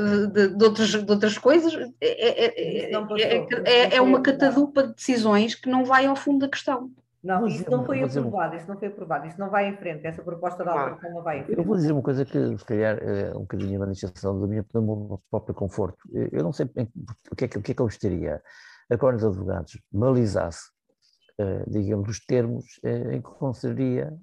de outras coisas. É uma catadupa de decisões que não vai ao fundo da questão. Não, isso não foi aprovado, isso não foi aprovado, isso não vai em frente, essa proposta de alteração não vai em frente. Eu vou dizer uma coisa que, se calhar, é um bocadinho a manifestação do meu próprio conforto. Eu não sei o que é que eu gostaria a Ordem dos Advogados balizasse, digamos, os termos em que consideraria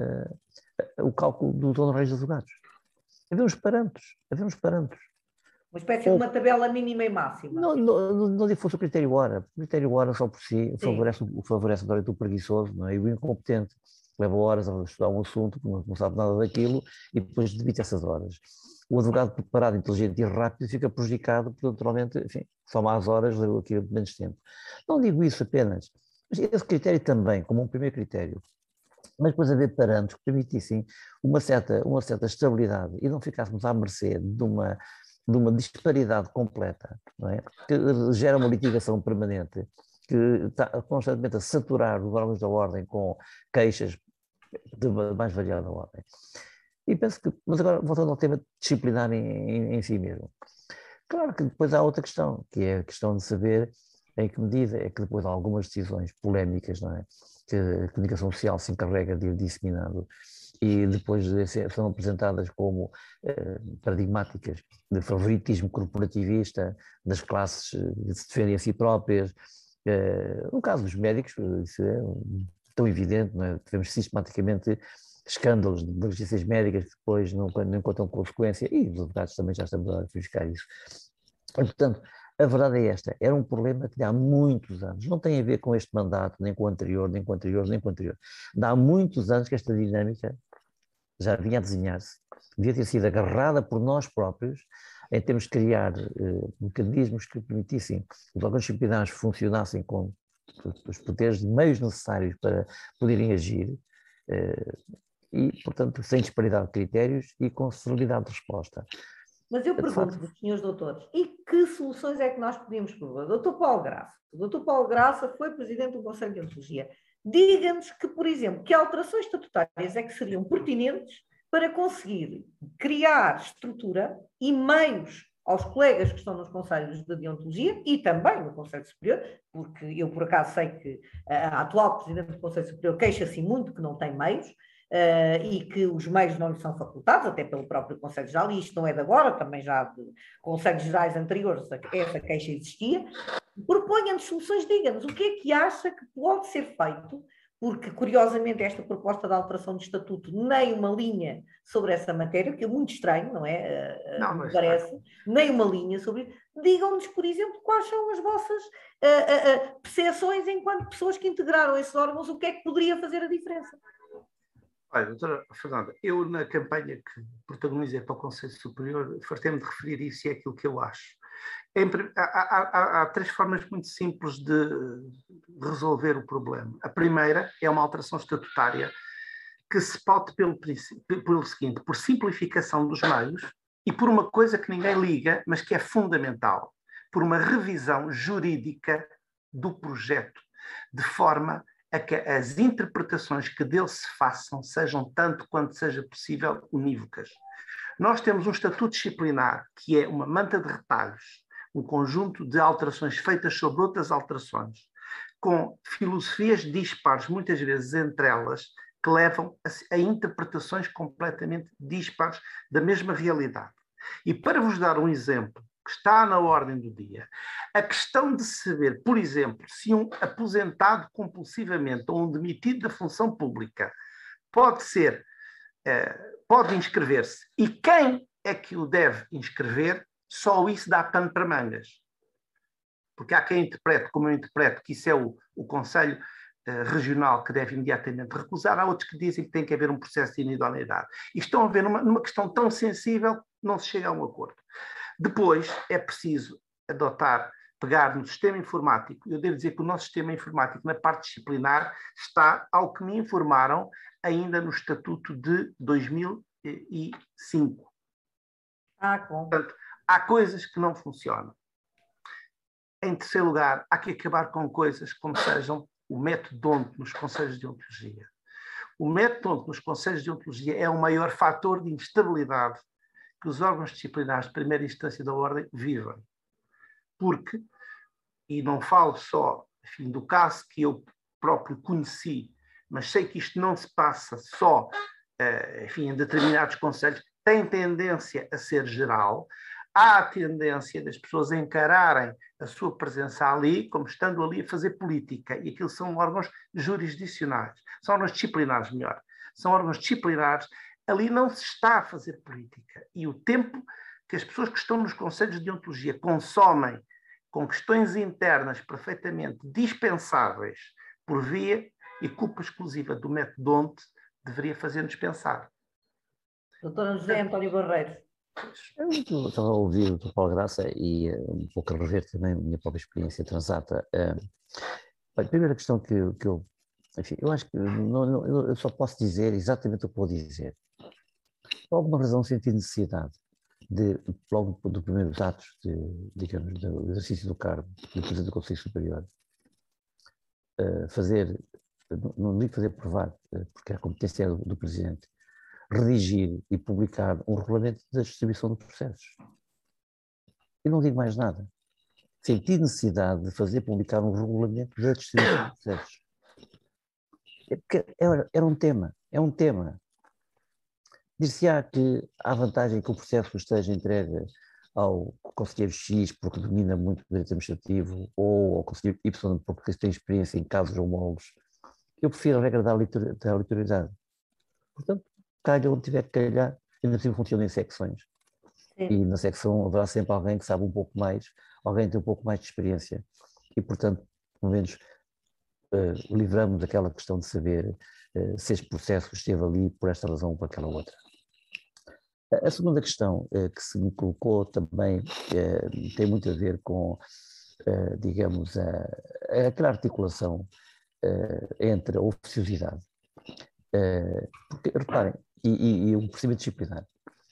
o cálculo dos honorários dos advogados. Havia uns parâmetros. Uma espécie de uma tabela mínima e máxima. Não fosse o critério hora. O critério hora só por si favorece o preguiçoso, não é? E o incompetente. Leva horas a estudar um assunto, não sabe nada daquilo, e depois debita essas horas. O advogado preparado, inteligente e rápido fica prejudicado, porque naturalmente, enfim, só mais horas, leva aqui menos tempo. Não digo isso apenas, mas esse critério também, como um primeiro critério, mas depois haver parâmetros que permitissem uma certa estabilidade e não ficássemos à mercê de uma disparidade completa, não é? Que gera uma litigação permanente, que está constantemente a saturar os órgãos da ordem com queixas de mais variada ordem. E penso que, mas agora voltando ao tema disciplinar em si mesmo. Claro que depois há outra questão, que é a questão de saber em que medida é que depois há algumas decisões polémicas, não é? Que a comunicação social se encarrega de ir disseminando e depois são apresentadas como paradigmáticas de favoritismo corporativista das classes que se defendem a si próprias. No caso dos médicos, isso é tão evidente, não é? Tivemos sistematicamente escândalos de negligências médicas que depois não encontram consequência, e os advogados também já estamos a verificar isso. E, portanto, a verdade é esta, era um problema que há muitos anos, não tem a ver com este mandato, nem com o anterior, nem com o anterior, nem com o anterior. Há muitos anos que esta dinâmica já vinha a desenhar-se, devia ter sido agarrada por nós próprios, em termos de criar mecanismos que permitissem que os órgãos disciplinares funcionassem com os poderes e meios necessários para poderem agir, e, portanto, sem disparidade de critérios e com celeridade de resposta. Mas eu pergunto-vos, senhores doutores, e que soluções é que nós podíamos propor? O Dr. Paulo Graça. O Dr. Paulo Graça foi presidente do Conselho de Deontologia. Diga-nos que, por exemplo, que alterações estatutárias é que seriam pertinentes para conseguir criar estrutura e meios aos colegas que estão nos conselhos de deontologia e também no Conselho Superior, porque eu, por acaso, sei que a atual presidente do Conselho Superior queixa-se muito que não tem meios, e que os meios não lhe são facultados, até pelo próprio Conselho Geral, e isto não é de agora, também já de Conselhos Gerais anteriores essa queixa existia. Proponha-nos soluções, diga-nos o que é que acha que pode ser feito, porque, curiosamente, esta proposta de alteração do Estatuto nem uma linha sobre essa matéria, que é muito estranho, não é? Não, me parece, nem uma linha sobre isso. Digam-nos, por exemplo, quais são as vossas percepções enquanto pessoas que integraram esses órgãos, o que é que poderia fazer a diferença? Olha, doutora Fernanda, eu na campanha que protagonizei para o Conselho Superior fartei-me de referir isso e é aquilo que eu acho. Há três formas muito simples de resolver o problema. A primeira é uma alteração estatutária que se paute pelo seguinte, por simplificação dos meios e por uma coisa que ninguém liga, mas que é fundamental, por uma revisão jurídica do projeto, de forma a que as interpretações que dele se façam sejam tanto quanto seja possível unívocas. Nós temos um estatuto disciplinar que é uma manta de retalhos, um conjunto de alterações feitas sobre outras alterações, com filosofias dispares, muitas vezes entre elas, que levam a interpretações completamente dispares da mesma realidade. E para vos dar um exemplo, que está na ordem do dia, a questão de saber, por exemplo, se um aposentado compulsivamente ou um demitido da função pública pode inscrever-se e quem é que o deve inscrever, só isso dá pano para mangas. Porque há quem interprete, como eu interpreto, que isso é o Conselho Regional que deve imediatamente recusar, há outros que dizem que tem que haver um processo de inidoneidade. E estão a ver numa questão tão sensível, não se chega a um acordo. Depois é preciso pegar no sistema informático. Eu devo dizer que o nosso sistema informático, na parte disciplinar, está, ao que me informaram, ainda no Estatuto de 2005. Portanto, há coisas que não funcionam. Em terceiro lugar, há que acabar com coisas como sejam o método DONT nos conselhos de deontologia. O método DONT nos conselhos de deontologia é o maior fator de instabilidade que os órgãos disciplinares de primeira instância da ordem vivem. Porque, e não falo só do caso que eu próprio conheci mas sei que isto não se passa só, enfim, em determinados conselhos, tem tendência a ser geral. Há a tendência das pessoas encararem a sua presença ali como estando ali a fazer política, e aquilo são órgãos jurisdicionais, são órgãos disciplinares, melhor. São órgãos disciplinares, ali não se está a fazer política. E o tempo que as pessoas que estão nos conselhos de deontologia consomem com questões internas perfeitamente dispensáveis por via e culpa exclusiva do método Donte deveria fazer-nos pensar. Doutor José António Barreiros. Eu estava a ouvir o Dr. Paulo Graça e um pouco a rever também a minha própria experiência transata. A primeira questão que eu, enfim, eu acho que eu só posso dizer exatamente o que vou dizer. Por alguma razão senti necessidade de, logo dos primeiros atos digamos, do exercício do cargo de Presidente do Conselho Superior, não digo fazer provar, porque é a competência do Presidente, redigir e publicar um regulamento da distribuição de processos. E não digo mais nada. Senti necessidade de fazer publicar um regulamento da distribuição de processos. Era um tema, é um tema. Dir-se-á que há vantagem que o processo esteja entregue ao conselheiro X porque domina muito o direito administrativo, ou ao conselheiro Y porque tem experiência em casos homólogos. Eu prefiro a regra da aleatoriedade. Portanto, calha onde tiver que calhar, ainda assim funciona em secções. Sim. E na secção haverá sempre alguém que sabe um pouco mais, alguém que tem um pouco mais de experiência. E, portanto, pelo menos, livramos aquela questão de saber se este processo esteve ali por esta razão ou por aquela outra. A segunda questão que se me colocou também tem muito a ver com, digamos, aquela articulação entre a oficiosidade. Porque, reparem, e o procedimento disciplinar.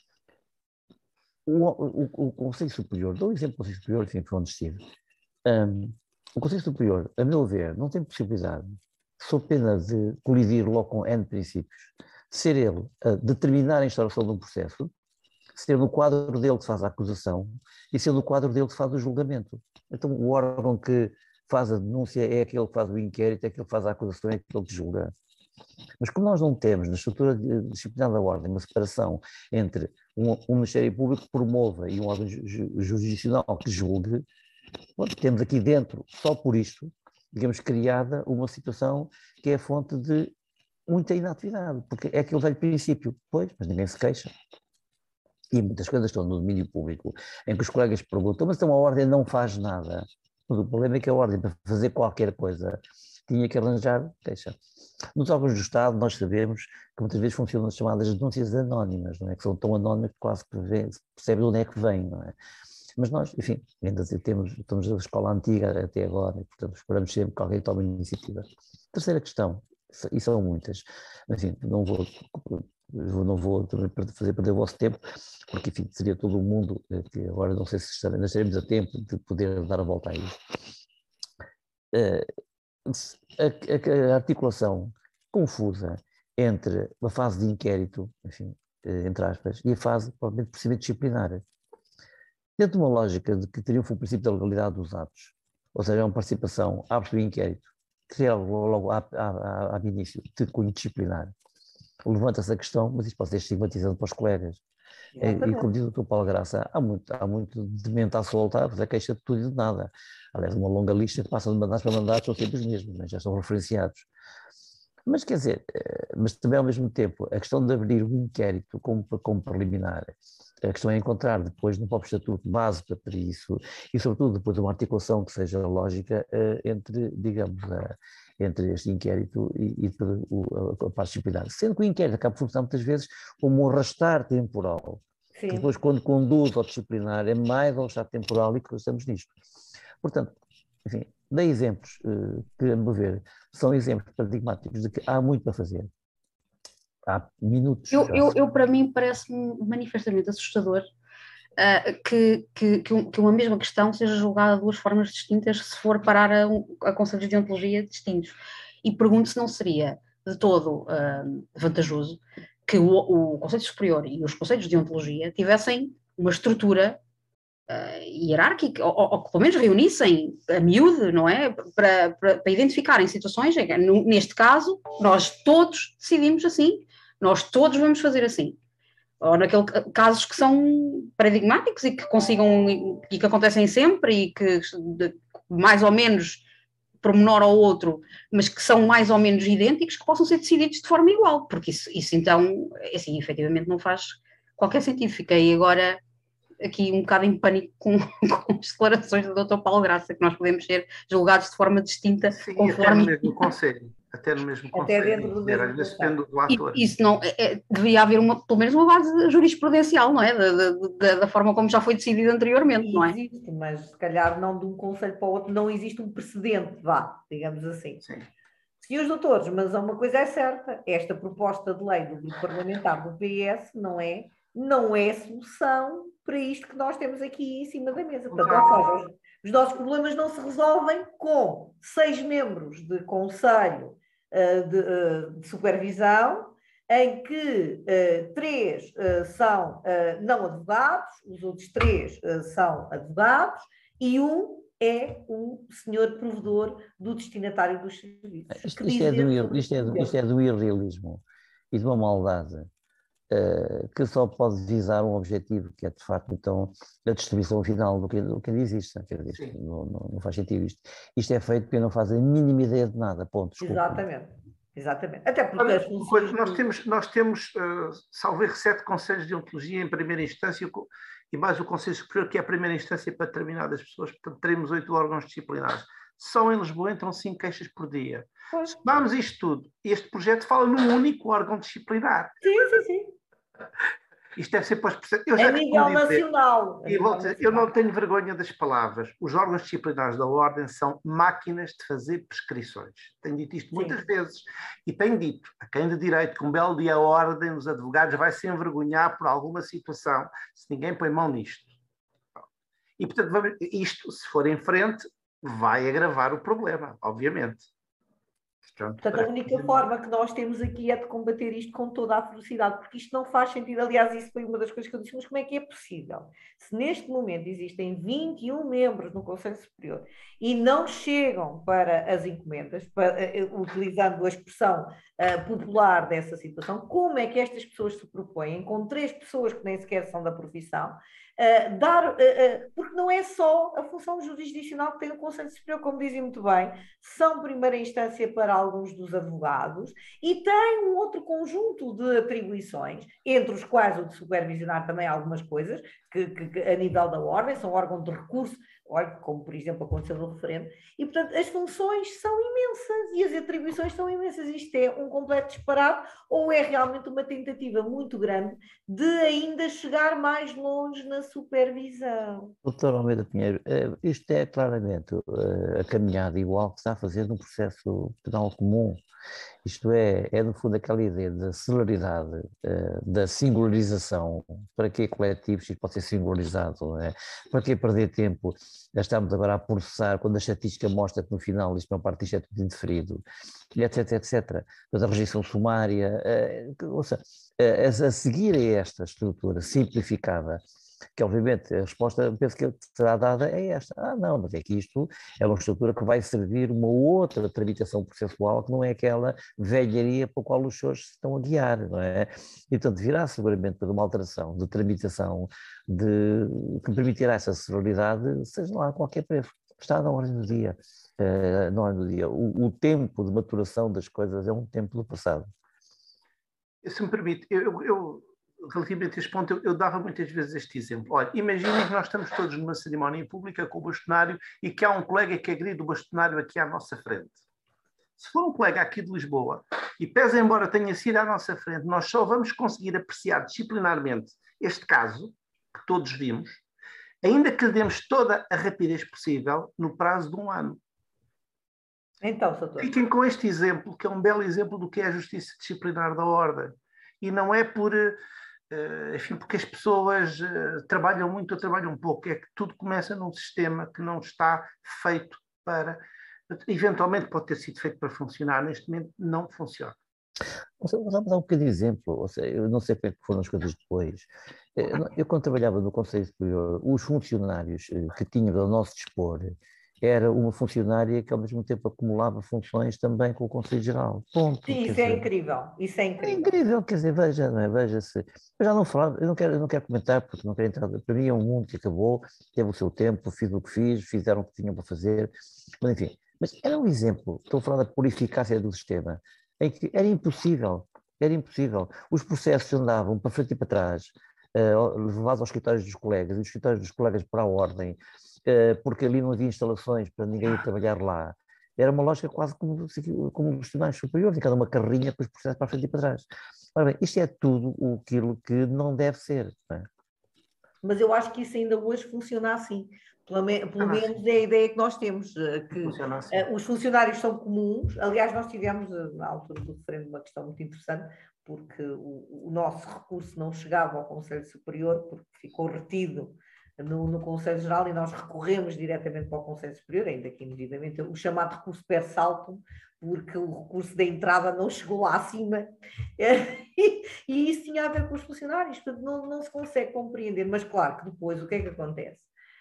O Conselho Superior, dou o exemplo do Conselho Superior, enfim, foi onde estive. O Conselho Superior, a meu ver, não tem possibilidade, sob pena de colidir logo com N princípios, ser ele a determinar a instauração de um processo, ser no quadro dele que se faz a acusação e ser no quadro dele que se faz o julgamento. Então, o órgão que faz a denúncia é aquele que faz o inquérito, é aquele que faz a acusação, é aquele que julga. Mas como nós não temos na estrutura disciplinar da ordem uma separação entre um Ministério Público que promova e um órgão jurisdicional que julgue, temos aqui dentro, só por isto, digamos, criada uma situação que é a fonte de muita inatividade, porque é aquele velho princípio, pois, mas ninguém se queixa. E muitas coisas estão no domínio público, em que os colegas perguntam, mas então a ordem não faz nada. Mas o problema é que a ordem, para fazer qualquer coisa, tinha que arranjar queixa. Nos órgãos do Estado, nós sabemos que muitas vezes funcionam as chamadas denúncias anónimas, não é? Que são tão anónimas que quase percebe de onde é que vem, não é? Mas nós, enfim, ainda estamos na escola antiga até agora, e, portanto, esperamos sempre que alguém tome iniciativa. Terceira questão, e são muitas, mas enfim, não vou também fazer perder o vosso tempo, porque, enfim, seria todo o mundo, que agora não sei se ainda estaremos a tempo de poder dar a volta a isso. A articulação confusa entre a fase de inquérito, enfim, entre aspas, e a fase, provavelmente, de procedimento disciplinar. Dentro de uma lógica de que triunfa o princípio da legalidade dos atos, ou seja, uma participação, abre-se o inquérito, que é logo a início de cunho disciplinar. Levanta-se a questão, mas isto pode ser estigmatizante para os colegas. E como diz o Dr. Paulo Graça, há muito de mente à solta, a queixa de tudo e de nada. Aliás, uma longa lista que passa de mandatos para mandatos são sempre os mesmos, mas já são referenciados. Mas quer dizer, mas também ao mesmo tempo, a questão de abrir um inquérito como preliminar, a questão é encontrar depois no próprio estatuto base para isso e sobretudo depois uma articulação que seja lógica entre, digamos, entre este inquérito e a parte disciplinar. Sendo que o inquérito acaba por funcionar muitas vezes como um arrastar temporal, que depois quando conduz ao disciplinar é mais ao arrastar temporal e que estamos nisto. Portanto, enfim, dei exemplos que, a meu ver, são exemplos paradigmáticos de que há muito para fazer. Há minutos. Para mim, parece-me manifestamente assustador que uma mesma questão seja julgada de duas formas distintas se for parar a conselhos de deontologia distintos. E pergunto se não seria de todo vantajoso que o Conselho Superior e os conselhos de deontologia tivessem uma estrutura hierárquica, ou que pelo menos reunissem a miúde, não é? Para identificarem situações, neste caso, nós todos decidimos assim, nós todos vamos fazer assim. Ou naqueles casos que são paradigmáticos e que consigam, e que acontecem sempre e que mais ou menos por menor ao outro, mas que são mais ou menos idênticos, que possam ser decididos de forma igual, porque isso então, assim, efetivamente não faz qualquer sentido. Fiquei agora aqui um bocado em pânico com as declarações do Dr. Paulo Graça, que nós podemos ser julgados de forma distinta. Sim, conforme... até no mesmo conselho. Até no mesmo conselho. Até dentro do mesmo conselho. Isso não, devia haver pelo menos uma base jurisprudencial, não é? Da forma como já foi decidido anteriormente, não é? Existe, mas se calhar não de um conselho para o outro, não existe um precedente, digamos assim. Sim. Senhores doutores, mas uma coisa é certa, esta proposta de lei do grupo parlamentar do PS não é solução para isto que nós temos aqui em cima da mesa. Portanto, ou seja, os nossos problemas não se resolvem com 6 membros de conselho de supervisão, em que 3 são não advogados, os outros 3 são advogados e um é um senhor provedor do destinatário dos serviços. Isto é do irrealismo e de uma maldade que só pode visar um objetivo, que é de facto então a distribuição final do que existe. Não faz sentido isto. Isto é feito porque não fazem a mínima ideia de nada, ponto. Desculpa. Exatamente. Até porque nós temos salvo erro, 7 conselhos de ontologia em primeira instância e mais o Conselho Superior, que é a primeira instância para determinadas pessoas. Portanto, teremos 8 órgãos disciplinares. Só em Lisboa entram 5 queixas por dia. Se vamos isto tudo, este projeto fala num único órgão disciplinar. Sim. Isto deve ser para os processos. A nível nacional. Eu não tenho vergonha das palavras. Os órgãos disciplinares da Ordem são máquinas de fazer prescrições. Tenho dito isto muitas vezes. E tenho dito a quem de direito que um belo dia a Ordem dos Advogados vai se envergonhar por alguma situação se ninguém põe mão nisto. E, portanto, isto, se for em frente, vai agravar o problema, obviamente. Portanto, a única forma que nós temos aqui é de combater isto com toda a ferocidade, porque isto não faz sentido. Aliás, isso foi uma das coisas que eu disse, mas como é que é possível? Se neste momento existem 21 membros no Conselho Superior e não chegam para as encomendas, utilizando a expressão popular dessa situação, como é que estas pessoas se propõem, com 3 pessoas que nem sequer são da profissão, porque não é só a função jurisdicional que tem o Conselho Superior, como dizem muito bem, são primeira instância para alguns dos advogados e tem um outro conjunto de atribuições, entre os quais o de supervisionar também algumas coisas, que a nível da ordem, são órgãos de recurso, como por exemplo aconteceu no referendo, e portanto as funções são imensas e as atribuições são imensas. Isto é um completo disparate ou é realmente uma tentativa muito grande de ainda chegar mais longe na supervisão? Doutor Almeida Pinheiro, isto é claramente a caminhada igual que está a fazer no processo penal comum. Isto é no fundo aquela ideia da celeridade, da singularização. Para que coletivos isto pode ser singularizado? Não é? Para que perder tempo? Já estamos agora a processar, quando a estatística mostra que no final isto não parte, isto é tudo indeferido, etc, etc. Mas a rejeição sumária, ou seja, a seguir a esta estrutura simplificada, que obviamente a resposta, penso que será dada é esta. Não, mas é que isto é uma estrutura que vai servir uma outra tramitação processual que não é aquela velharia para a qual os senhores se estão a guiar, não é? E, portanto, virá seguramente para uma alteração de tramitação que permitirá essa celeridade, seja lá a qualquer preço. Está na ordem do dia. Na ordem do dia. O tempo de maturação das coisas é um tempo do passado. Se me permite, relativamente a este ponto, eu dava muitas vezes este exemplo. Olha, imaginem que nós estamos todos numa cerimónia pública com o bastonário e que há um colega que agride o bastonário aqui à nossa frente. Se for um colega aqui de Lisboa e pese embora tenha sido à nossa frente, nós só vamos conseguir apreciar disciplinarmente este caso, que todos vimos, ainda que lhe demos toda a rapidez possível no prazo de 1 ano. Então, doutor. Fiquem com este exemplo, que é um belo exemplo do que é a justiça disciplinar da ordem. E não é enfim, porque as pessoas trabalham muito ou trabalham pouco, é que tudo começa num sistema que não está feito para... Eventualmente pode ter sido feito para funcionar, neste momento não funciona. Vamos dar um bocadinho de exemplo, eu não sei como é que foram as coisas depois. Eu, quando trabalhava no Conselho Superior, os funcionários que tínhamos ao nosso dispor era uma funcionária que ao mesmo tempo acumulava funções também com o Conselho Geral. Ponto. Sim, isso é incrível. Isso é incrível. É incrível, quer dizer, veja, não é? Veja-se. Eu já não falo, eu não quero comentar, porque não quero entrar. Para mim é um mundo que acabou, teve o seu tempo, fiz o que fiz, fizeram o que tinham para fazer, mas enfim. Mas era um exemplo, estou a falar da purificácia do sistema, em que era impossível, era impossível. Os processos andavam para frente e para trás, levados aos escritórios dos colegas, e os escritórios dos colegas para a ordem, porque ali não havia instalações para ninguém ir trabalhar lá. Era uma lógica quase como os tribunais superiores, em cada uma carrinha com os processos para a frente e para trás. Ora bem, isto é tudo aquilo que não deve ser. Não é? Mas eu acho que isso ainda hoje funciona assim. Pelo menos é a ideia que nós temos, que assim. Os funcionários são comuns. Aliás, nós tivemos, na altura do referendo, uma questão muito interessante, porque o nosso recurso não chegava ao Conselho Superior, porque ficou retido no Conselho Geral, e nós recorremos diretamente para o Conselho Superior, ainda que indevidamente, o chamado recurso per saltum, porque o recurso da entrada não chegou lá acima. E isso tinha a ver com os funcionários, portanto não se consegue compreender. Mas claro que depois o que é que acontece?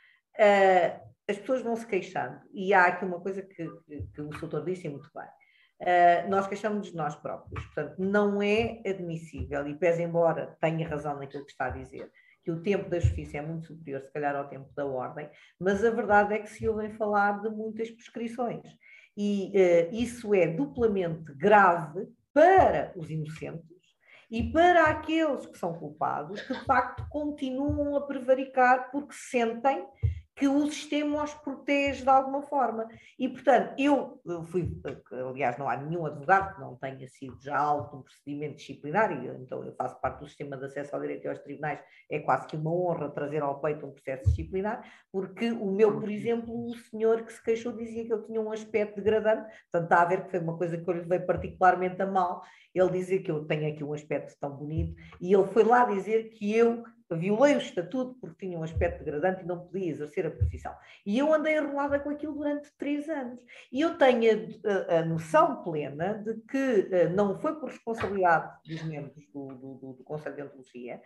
As pessoas vão se queixando, e há aqui uma coisa que o doutor disse muito bem. Nós queixamos de nós próprios, portanto não é admissível, e pese embora tenha razão naquilo que está a dizer, que o tempo da justiça é muito superior, se calhar, ao tempo da ordem, mas a verdade é que se ouvem falar de muitas prescrições. E isso é duplamente grave para os inocentes e para aqueles que são culpados, que de facto continuam a prevaricar porque sentem que o sistema os protege de alguma forma. E, portanto, eu fui, aliás, não há nenhum advogado que não tenha sido já alvo de um procedimento disciplinar, e então eu faço parte do sistema de acesso ao direito e aos tribunais, é quase que uma honra trazer ao peito um processo disciplinar, porque o meu, por exemplo, o senhor que se queixou dizia que eu tinha um aspecto degradante, portanto está a ver que foi uma coisa que eu lhe veio particularmente a mal, ele dizia que eu tenho aqui um aspecto tão bonito, e ele foi lá dizer que eu violei o estatuto porque tinha um aspecto degradante e não podia exercer a profissão. E eu andei enrolada com aquilo durante 3 anos. E eu tenho a noção plena de que não foi por responsabilidade dos membros do Conselho de Deontologia.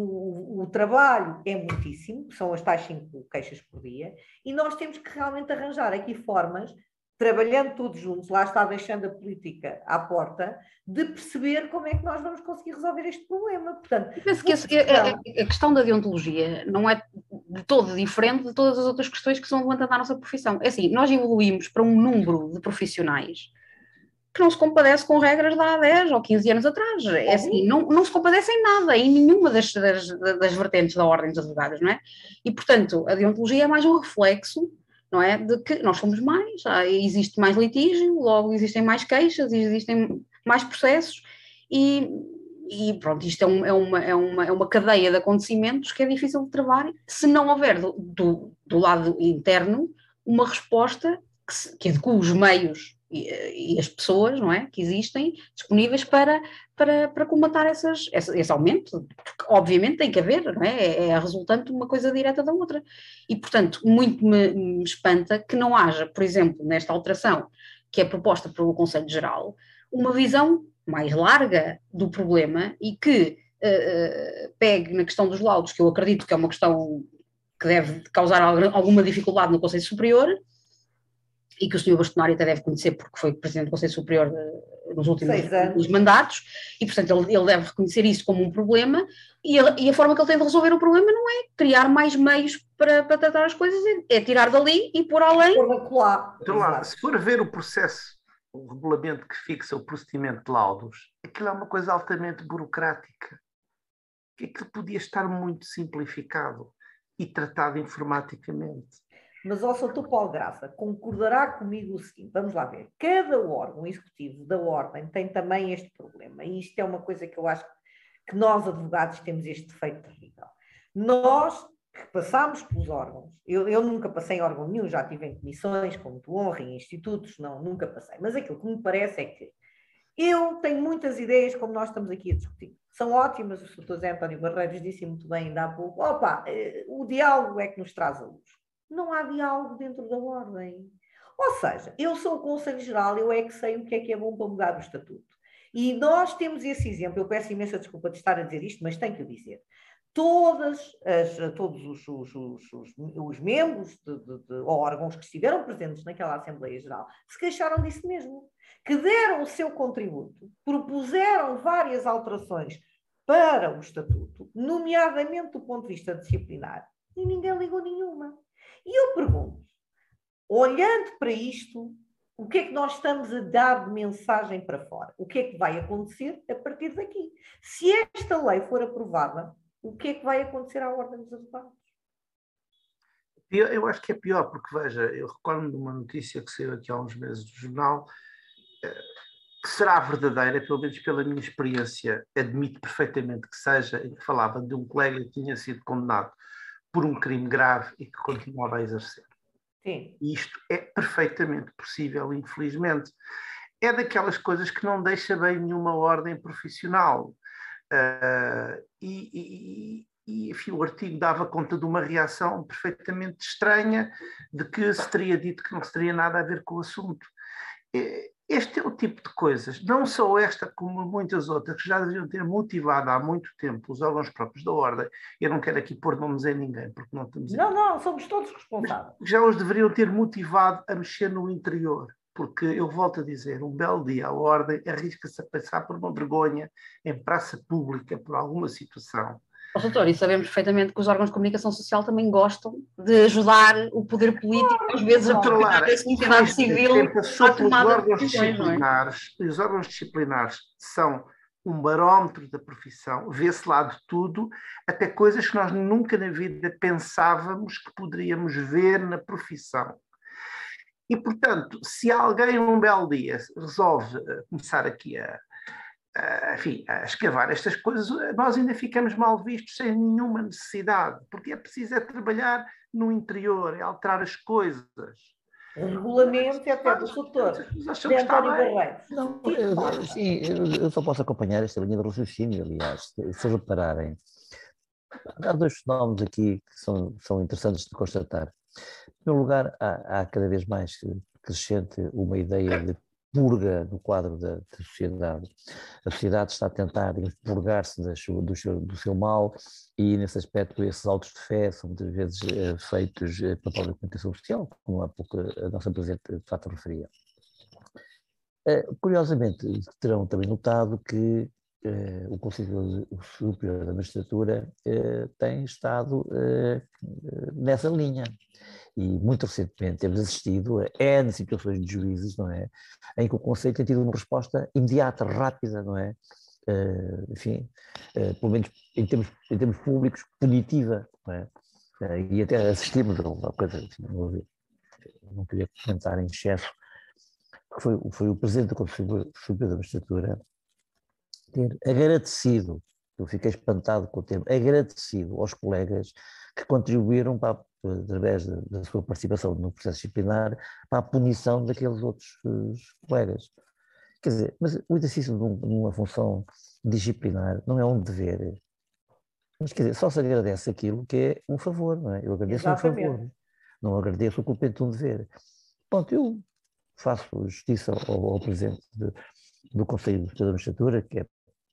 O trabalho é muitíssimo, são as tais 5 queixas por dia, e nós temos que realmente arranjar aqui formas, trabalhando todos juntos, lá está deixando a política à porta, de perceber como é que nós vamos conseguir resolver este problema. Portanto, eu penso que a questão da deontologia não é de todo diferente de todas as outras questões que são levantadas na nossa profissão. É assim, nós evoluímos para um número de profissionais que não se compadece com regras de há 10 ou 15 anos atrás. É assim, não se compadece em nada, em nenhuma das vertentes da ordem dos advogados, não é? E, portanto, a deontologia é mais um reflexo, não é, de que nós somos mais, existe mais litígio, logo existem mais queixas, existem mais processos, e pronto, isto é uma cadeia de acontecimentos que é difícil de travar se não houver do lado interno uma resposta que adeque os meios e as pessoas, não é, que existem disponíveis para combater esse aumento, porque obviamente tem que haver, não é? É a resultante de uma coisa direta da outra. E, portanto, muito me espanta que não haja, por exemplo, nesta alteração que é proposta pelo Conselho Geral, uma visão mais larga do problema e que pegue na questão dos laudos, que eu acredito que é uma questão que deve causar alguma dificuldade no Conselho Superior, e que o Sr. Bastonário até deve conhecer porque foi Presidente do Conselho Superior nos últimos mandatos, e portanto ele deve reconhecer isso como um problema, e a forma que ele tem de resolver o problema não é criar mais meios para tratar as coisas, é tirar dali e pôr além. Então, lá, se for ver o processo, o regulamento que fixa o procedimento de laudos, aquilo é uma coisa altamente burocrática, que aquilo podia estar muito simplificado e tratado informaticamente. Mas, ó, Sr. Paulo Graça, concordará comigo o seguinte, vamos lá ver, cada órgão executivo da ordem tem também este problema, e isto é uma coisa que eu acho que nós, advogados, temos este defeito terrível. Nós, que passamos pelos órgãos, eu nunca passei em órgão nenhum, já estive em comissões, com muita honra, em institutos, não, nunca passei, mas aquilo que me parece é que eu tenho muitas ideias, como nós estamos aqui a discutir, são ótimas, o Dr. Zé António Barreiros disse muito bem ainda há pouco, o diálogo é que nos traz a luz. Não há diálogo dentro da ordem. Ou seja, eu sou o Conselho Geral, eu é que sei o que é bom para mudar o estatuto. E nós temos esse exemplo, eu peço imensa desculpa de estar a dizer isto, mas tenho que o dizer. todos os membros ou órgãos que estiveram presentes naquela Assembleia Geral se queixaram disso mesmo, que deram o seu contributo, propuseram várias alterações para o Estatuto, nomeadamente do ponto de vista disciplinar, e ninguém ligou nenhuma. E eu pergunto, olhando para isto, o que é que nós estamos a dar de mensagem para fora? O que é que vai acontecer a partir daqui? Se esta lei for aprovada, o que é que vai acontecer à Ordem dos Advogados? Eu acho que é pior, porque, veja, eu recordo de uma notícia que saiu aqui há uns meses do jornal, que será verdadeira, pelo menos pela minha experiência, admito perfeitamente que seja, em que falava de um colega que tinha sido condenado por um crime grave e que continuava a exercer. Sim. E isto é perfeitamente possível, infelizmente. É daquelas coisas que não deixa bem nenhuma ordem profissional. Enfim, o artigo dava conta de uma reação perfeitamente estranha de que se teria dito que não se teria nada a ver com o assunto. Este é o tipo de coisas, não só esta como muitas outras, que já deviam ter motivado há muito tempo os órgãos próprios da ordem. Eu não quero aqui pôr nomes em ninguém, porque não estamos... Não, somos todos responsáveis. Já os deveriam ter motivado a mexer no interior, porque eu volto a dizer, um belo dia a ordem arrisca-se a passar por uma vergonha em praça pública por alguma situação. Doutor, e sabemos perfeitamente que os órgãos de comunicação social também gostam de ajudar o poder político, às vezes a controlar a sociedade civil à tomada de decisões, não é? Os órgãos disciplinares são um barómetro da profissão, vê-se lá de tudo, até coisas que nós nunca na vida pensávamos que poderíamos ver na profissão. E, portanto, se alguém um belo dia resolve começar aqui a escavar estas coisas, nós ainda ficamos mal vistos sem nenhuma necessidade, porque é preciso trabalhar no interior, é alterar as coisas. O regulamento é até do doutor António Barreiros. Não, sim, eu só posso acompanhar esta linha de raciocínio, aliás, se repararem. Há dois fenómenos aqui que são interessantes de constatar. Em primeiro lugar, há cada vez mais crescente uma ideia de purga no quadro da sociedade. A sociedade está a tentar purgar-se do seu mal e, nesse aspecto, esses autos de fé são muitas vezes feitos pela própria comunicação social, como há pouco a nossa Presidente de facto referia. Curiosamente, terão também notado que o Conselho Superior da Magistratura tem estado nessa linha. E muito recentemente temos assistido a N situações de juízes, não é? Em que o Conselho tem tido uma resposta imediata, rápida, não é? Enfim, pelo menos em termos públicos, punitiva, não é? E até assistimos a uma coisa, assim, não queria comentar em excesso, que foi o Presidente do Conselho Superior da Magistratura ter agradecido, eu fiquei espantado com o termo, agradecido aos colegas que contribuíram através da sua participação no processo disciplinar para a punição daqueles outros colegas. Quer dizer, mas o exercício de uma função disciplinar não é um dever. Mas, quer dizer, só se agradece aquilo que é um favor, não é? Eu agradeço um favor, não agradeço o cumprimento de um dever. Pronto, eu faço justiça ao Presidente do Conselho de Magistratura, que é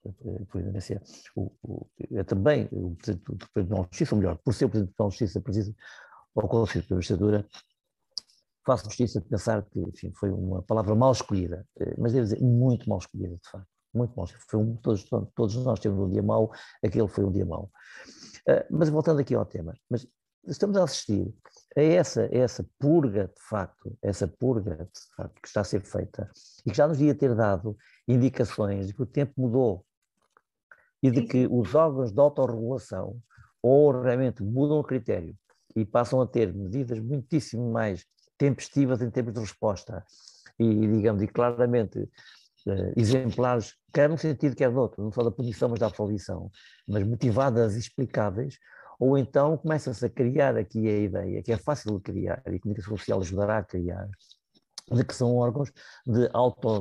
também o Presidente do Tribunal de Justiça, ou melhor, por ser o Presidente do Tribunal de Justiça, preciso ao Conselho de Magistratura, faço justiça de pensar que, enfim, foi uma palavra mal escolhida, mas devo dizer, muito mal escolhida, de facto, muito mal escolhida. Todos nós temos um dia mau, aquele foi um dia mau. Mas voltando aqui ao tema, mas estamos a assistir a essa purga, de facto, que está a ser feita e que já nos devia ter dado indicações de que o tempo mudou e de que os órgãos de autorregulação ou realmente mudam o critério e passam a ter medidas muitíssimo mais tempestivas em termos de resposta e, digamos, e claramente exemplares, quer num sentido, quer no outro, não só da punição, mas da absolvição, mas motivadas e explicáveis, ou então começa-se a criar aqui a ideia, que é fácil de criar, e a comunicação social ajudará a criar, de que são órgãos de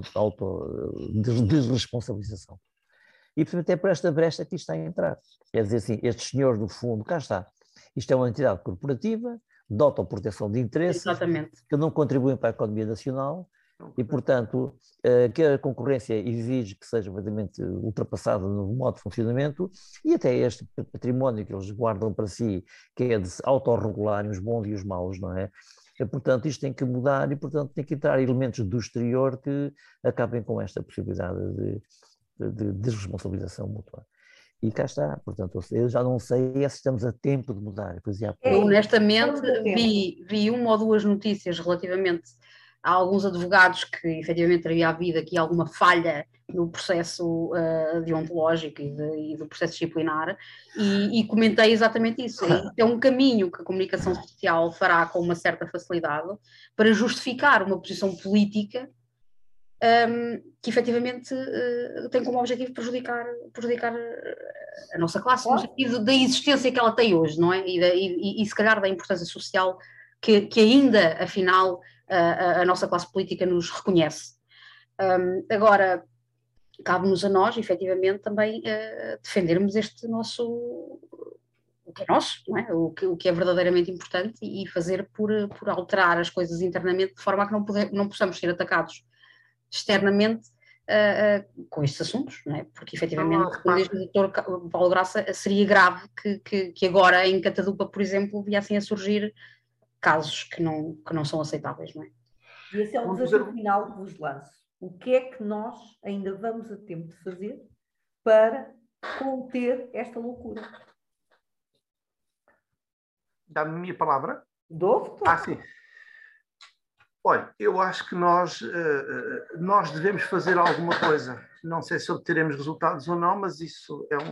desresponsabilização. E, portanto, até por esta brecha que está a entrar. Quer dizer assim, estes senhores, no fundo, cá está. Isto é uma entidade corporativa, de autoproteção de interesses, Exatamente, que não contribuem para a economia nacional E, portanto, que a concorrência exige que seja verdadeiramente ultrapassada no modo de funcionamento, e até este património que eles guardam para si, que é de se autorregularem os bons e os maus, não é? Portanto, isto tem que mudar e, portanto, tem que entrar elementos do exterior que acabem com esta possibilidade de desresponsabilização mútua. E cá está, portanto, eu já não sei se estamos a tempo de mudar. Eu, honestamente, vi uma ou duas notícias relativamente a alguns advogados que efetivamente teria havido aqui alguma falha no processo deontológico e do processo disciplinar, e comentei exatamente isso. É um caminho que a comunicação social fará com uma certa facilidade para justificar uma posição política que efetivamente tem como objetivo prejudicar a nossa classe, no sentido da existência que ela tem hoje, não é? E se calhar da importância social que ainda, afinal, a nossa classe política nos reconhece. Agora, cabe-nos a nós, efetivamente, também defendermos este nosso, o que é nosso, não é? O que é verdadeiramente importante, e fazer por alterar as coisas internamente de forma a que não possamos ser atacados externamente com estes assuntos, não é? Porque efetivamente, como diz o Dr. Paulo Graça, seria grave que agora em Catadupa, por exemplo, viessem a surgir casos que não são aceitáveis, não é? E esse é o desafio final que vos lanço. O que é que nós ainda vamos a tempo de fazer para conter esta loucura? Dá-me a minha palavra? Dou-te? Sim. Olha, eu acho que nós devemos fazer alguma coisa. Não sei se obteremos resultados ou não, mas isso é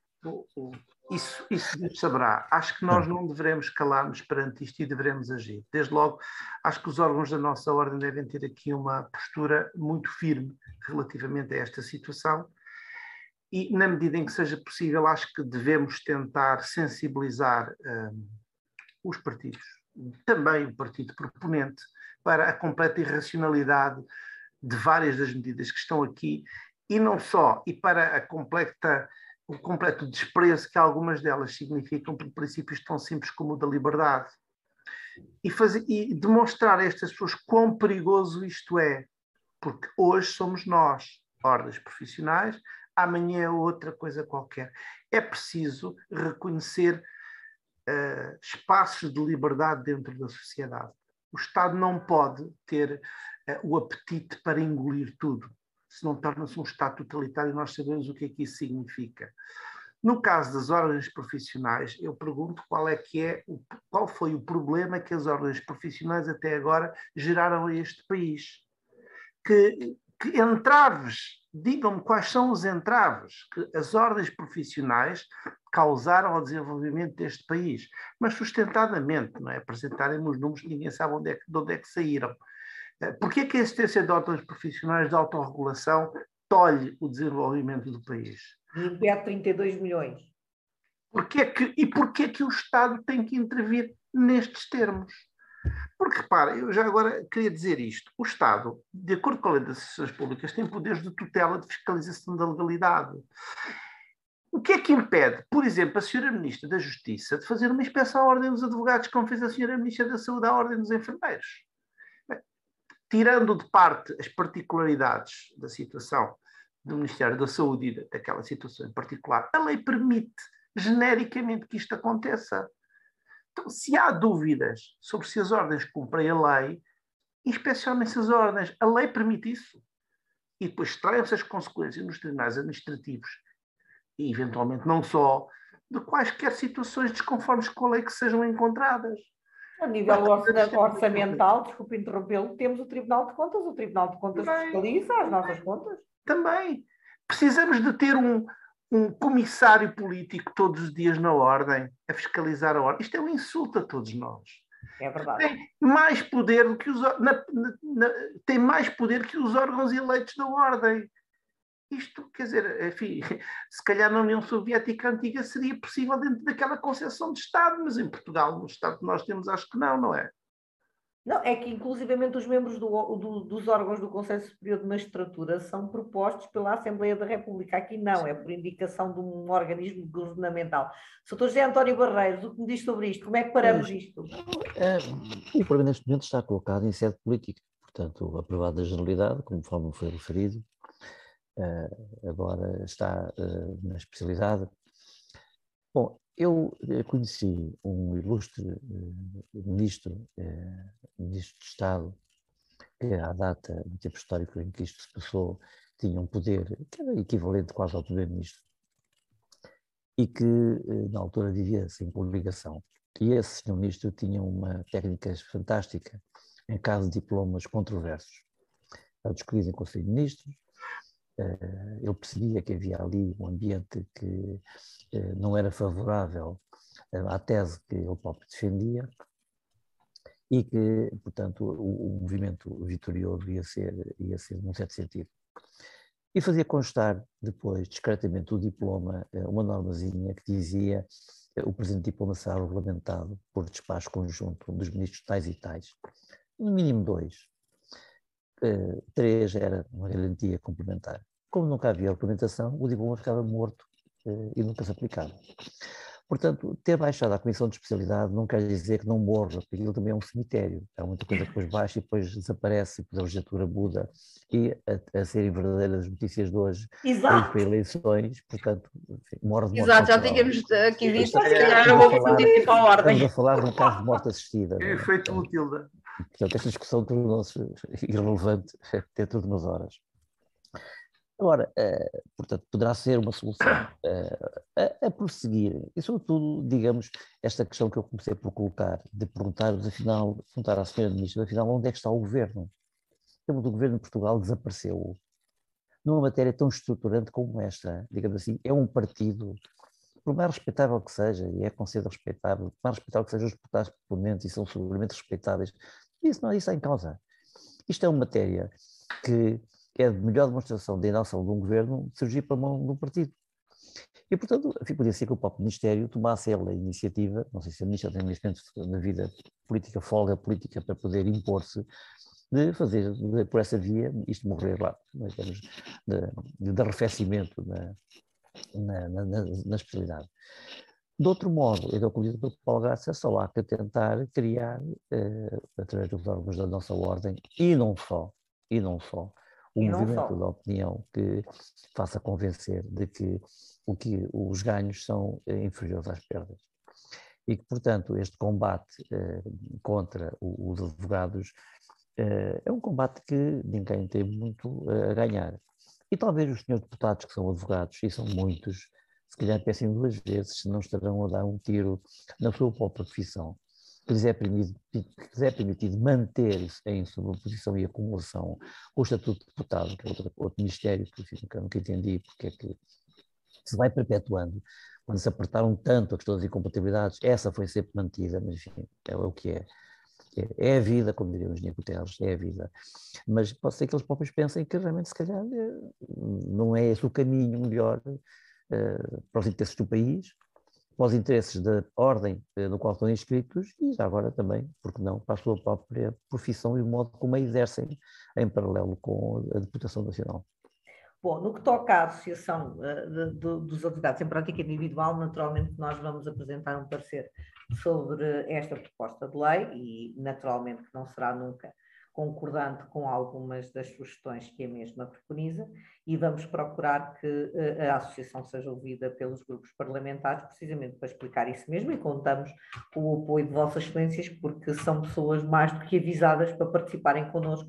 isso Deus saberá. Acho que nós não devemos calar-nos perante isto e devemos agir. Desde logo, acho que os órgãos da nossa ordem devem ter aqui uma postura muito firme relativamente a esta situação, e, na medida em que seja possível, acho que devemos tentar sensibilizar os partidos, também o partido proponente, para a completa irracionalidade de várias das medidas que estão aqui, e não só, e para o completo desprezo que algumas delas significam por princípios tão simples como o da liberdade. E demonstrar a estas pessoas quão perigoso isto é, porque hoje somos nós, ordens profissionais, amanhã é outra coisa qualquer. É preciso reconhecer espaços de liberdade dentro da sociedade. O Estado não pode ter o apetite para engolir tudo, senão torna-se um Estado totalitário, e nós sabemos o que é que isso significa. No caso das ordens profissionais, eu pergunto qual foi o problema que as ordens profissionais até agora geraram a este país. Que entraves, digam-me quais são os entraves que as ordens profissionais causaram ao desenvolvimento deste país, mas sustentadamente, não é? Apresentarem-me os números que ninguém sabe de onde é que saíram. Porquê é que a existência de ordens profissionais de autorregulação tolhe o desenvolvimento do país? E impede 32 milhões. Porquê que o Estado tem que intervir nestes termos? Porque, repara, eu já agora queria dizer isto. O Estado, de acordo com a Lei das Instituições Públicas, tem poderes de tutela de fiscalização da legalidade. O que é que impede, por exemplo, a Sra. Ministra da Justiça de fazer uma inspeção à Ordem dos Advogados, como fez a Sra. Ministra da Saúde à Ordem dos Enfermeiros? Bem, tirando de parte as particularidades da situação do Ministério da Saúde e daquela situação em particular, a lei permite genericamente que isto aconteça. Então, se há dúvidas sobre se as ordens cumprem a lei, inspecionem-se as ordens. A lei permite isso. E depois extraiam-se as consequências nos tribunais administrativos, e eventualmente não só, de quaisquer situações desconformes com a lei que sejam encontradas. A nível orçamental, desculpe interrompê-lo, temos o Tribunal de Contas. O Tribunal de Contas fiscaliza as nossas contas. Também. Precisamos de ter um comissário político todos os dias na ordem, a fiscalizar a ordem. Isto é um insulto a todos nós. É verdade. Tem mais poder do que tem mais poder que os órgãos eleitos da ordem. Isto, quer dizer, enfim, se calhar na União Soviética antiga seria possível dentro daquela concepção de Estado, mas em Portugal, no Estado que nós temos, acho que não é? Não, é que inclusivamente os membros dos órgãos do Conselho Superior de Magistratura são propostos pela Assembleia da República. Aqui não, é por indicação de um organismo governamental. Sr. José António Barreiros, o que me diz sobre isto? Como é que paramos isto? O problema neste momento está colocado em sede política. portanto, aprovado da Generalidade, conforme foi referido, agora está na especialidade. Bom, eu conheci um ilustre ministro de Estado, que à data, no tempo histórico em que isto se passou, tinha um poder que era equivalente quase ao primeiro-ministro, e que na altura vivia sem coligação. E esse senhor ministro tinha uma técnica fantástica em caso de diplomas controversos. Eram discutidos em Conselho de Ministros, ele percebia que havia ali um ambiente que não era favorável à tese que ele próprio defendia e que, portanto, o movimento vitorioso ia ser num certo sentido. E fazia constar depois, discretamente, o diploma, uma normazinha que dizia o presente diploma será regulamentado por despacho conjunto dos ministros tais e tais. No mínimo 2. 3 era uma garantia complementar. Como nunca havia regulamentação, o diploma ficava morto e nunca se aplicava. Portanto, ter baixado a Comissão de Especialidade não quer dizer que não morra, porque aquilo também é um cemitério. Há muita coisa que depois baixa e depois desaparece, e depois a legislatura muda, e a serem verdadeiras notícias de hoje, ir para eleições, portanto, enfim, morre de morte Exato, já natural. tínhamos aqui visto, se Estamos calhar era uma falar, notícia para a ordem. estamos a falar de um caso de morte assistida. É efeito Matilda. Portanto, esta discussão tornou-se irrelevante dentro de umas horas. Agora, portanto, poderá ser uma solução a prosseguir, e sobretudo, digamos, esta questão que eu comecei por colocar, de perguntar-vos, afinal, perguntar à senhora Ministra, afinal, onde é que está o Governo? O tema do Governo de Portugal desapareceu. Numa matéria tão estruturante como esta, digamos assim, é um partido, por mais respeitável que seja, e é considerado respeitável, por mais respeitável que sejam os deputados proponentes, e são seguramente respeitáveis, isso não está em causa. Isto é uma matéria que é a melhor demonstração da inação de um governo surgir pela mão de um partido. E, portanto, podia ser que o próprio Ministério tomasse ele a iniciativa, não sei se a Ministra tem neste momento na vida política, folga política para poder impor-se, de fazer por essa via isto morrer lá, em termos de arrefecimento na especialidade. De outro modo, eu acredito que o Paulo Graça só há que tentar criar, através dos órgãos da nossa ordem, e não só, um movimento de opinião que faça convencer de que os ganhos são inferiores às perdas. E que, portanto, este combate contra os advogados é um combate que ninguém tem muito a ganhar. E talvez os senhores deputados que são advogados, e são muitos, se calhar pensem 2 vezes se não estarão a dar um tiro na sua própria profissão, que lhes é permitido manter-se em sobreposição e acumulação com o estatuto de deputado, que é outro ministério, que eu nunca entendi porque é que se vai perpetuando. Quando se apertaram tanto as questões das incompatibilidades, essa foi sempre mantida, mas enfim, é o que é. É a vida, como diria o engenheiro Guterres, é a vida. Mas pode ser que eles próprios pensem que realmente, se calhar, não é esse o caminho melhor para os interesses do país, para os interesses da ordem no qual estão inscritos e já agora também, porque não, para a sua própria profissão e o modo como a exercem em paralelo com a Deputação Nacional. Bom, no que toca à Associação dos Advogados em Prática Individual, naturalmente nós vamos apresentar um parecer sobre esta proposta de lei e naturalmente que não será nunca concordante com algumas das sugestões que a mesma preconiza e vamos procurar que a associação seja ouvida pelos grupos parlamentares precisamente para explicar isso mesmo e contamos com o apoio de Vossas Excelências porque são pessoas mais do que avisadas para participarem connosco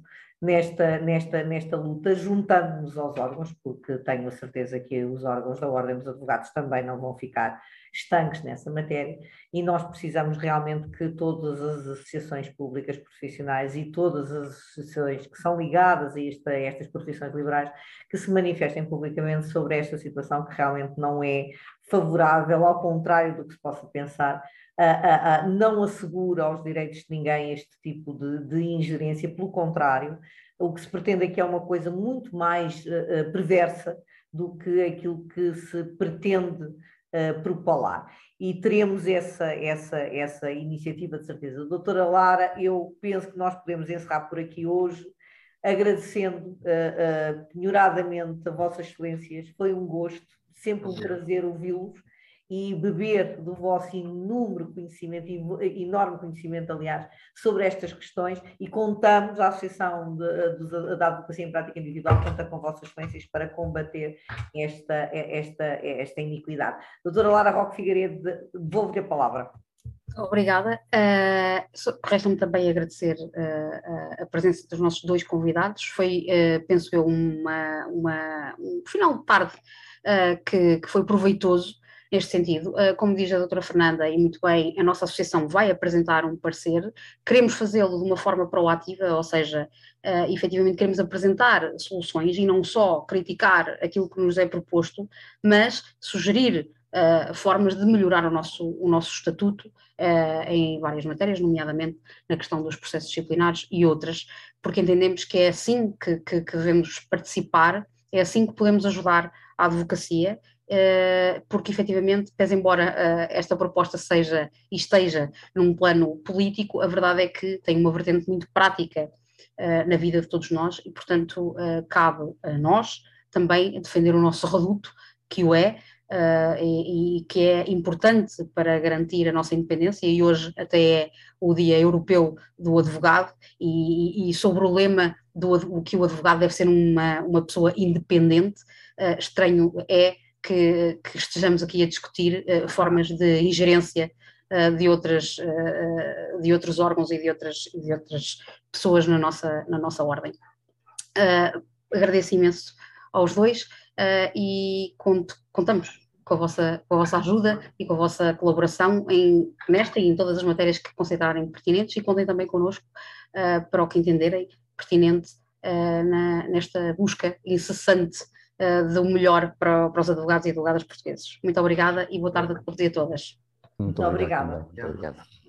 nesta luta, juntando-nos aos órgãos, porque tenho a certeza que os órgãos da Ordem dos Advogados também não vão ficar estanques nessa matéria e nós precisamos realmente que todas as associações públicas profissionais e todas as associações que são ligadas a estas profissões liberais que se manifestem publicamente sobre esta situação que realmente não é favorável, ao contrário do que se possa pensar, não assegura aos direitos de ninguém este tipo de ingerência, pelo contrário, o que se pretende aqui é uma coisa muito mais perversa do que aquilo que se pretende propalar. E teremos essa iniciativa de certeza. Doutora Lara, eu penso que nós podemos encerrar por aqui hoje, agradecendo penhoradamente a Vossas Excelências, foi um gosto, sempre um prazer ouvi-los, e beber do vosso inúmero conhecimento, enorme conhecimento, aliás, sobre estas questões, e contamos, a Associação da Advocacia em Prática Individual conta com vossas experiências para combater esta iniquidade. Doutora Lara Roque Figueiredo, devolvo-lhe a palavra. Obrigada. Resta-me também agradecer a presença dos nossos dois convidados. Foi, penso eu, um final de tarde que foi proveitoso neste sentido. Como diz a doutora Fernanda, e muito bem, a nossa associação vai apresentar um parecer. Queremos fazê-lo de uma forma proativa, ou seja, efetivamente queremos apresentar soluções e não só criticar aquilo que nos é proposto, mas sugerir formas de melhorar o nosso estatuto em várias matérias, nomeadamente na questão dos processos disciplinares e outras, porque entendemos que é assim que devemos participar, é assim que podemos ajudar a advocacia, porque efetivamente, pese embora esta proposta seja e esteja num plano político, a verdade é que tem uma vertente muito prática na vida de todos nós e, portanto, cabe a nós também defender o nosso reduto, que o é, e que é importante para garantir a nossa independência, e hoje até é o Dia Europeu do Advogado, e sobre o lema que o advogado deve ser uma pessoa independente, estranho é que estejamos aqui a discutir formas de ingerência de outros órgãos e de outras pessoas na nossa ordem. Agradeço imenso aos dois e contamos com a vossa ajuda e com a vossa colaboração nesta e em todas as matérias que considerarem pertinentes, e contem também connosco para o que entenderem pertinente nesta busca incessante do melhor para os advogados e advogadas portugueses. Muito obrigada e boa tarde a todos e a todas. Muito obrigada. Muito obrigado.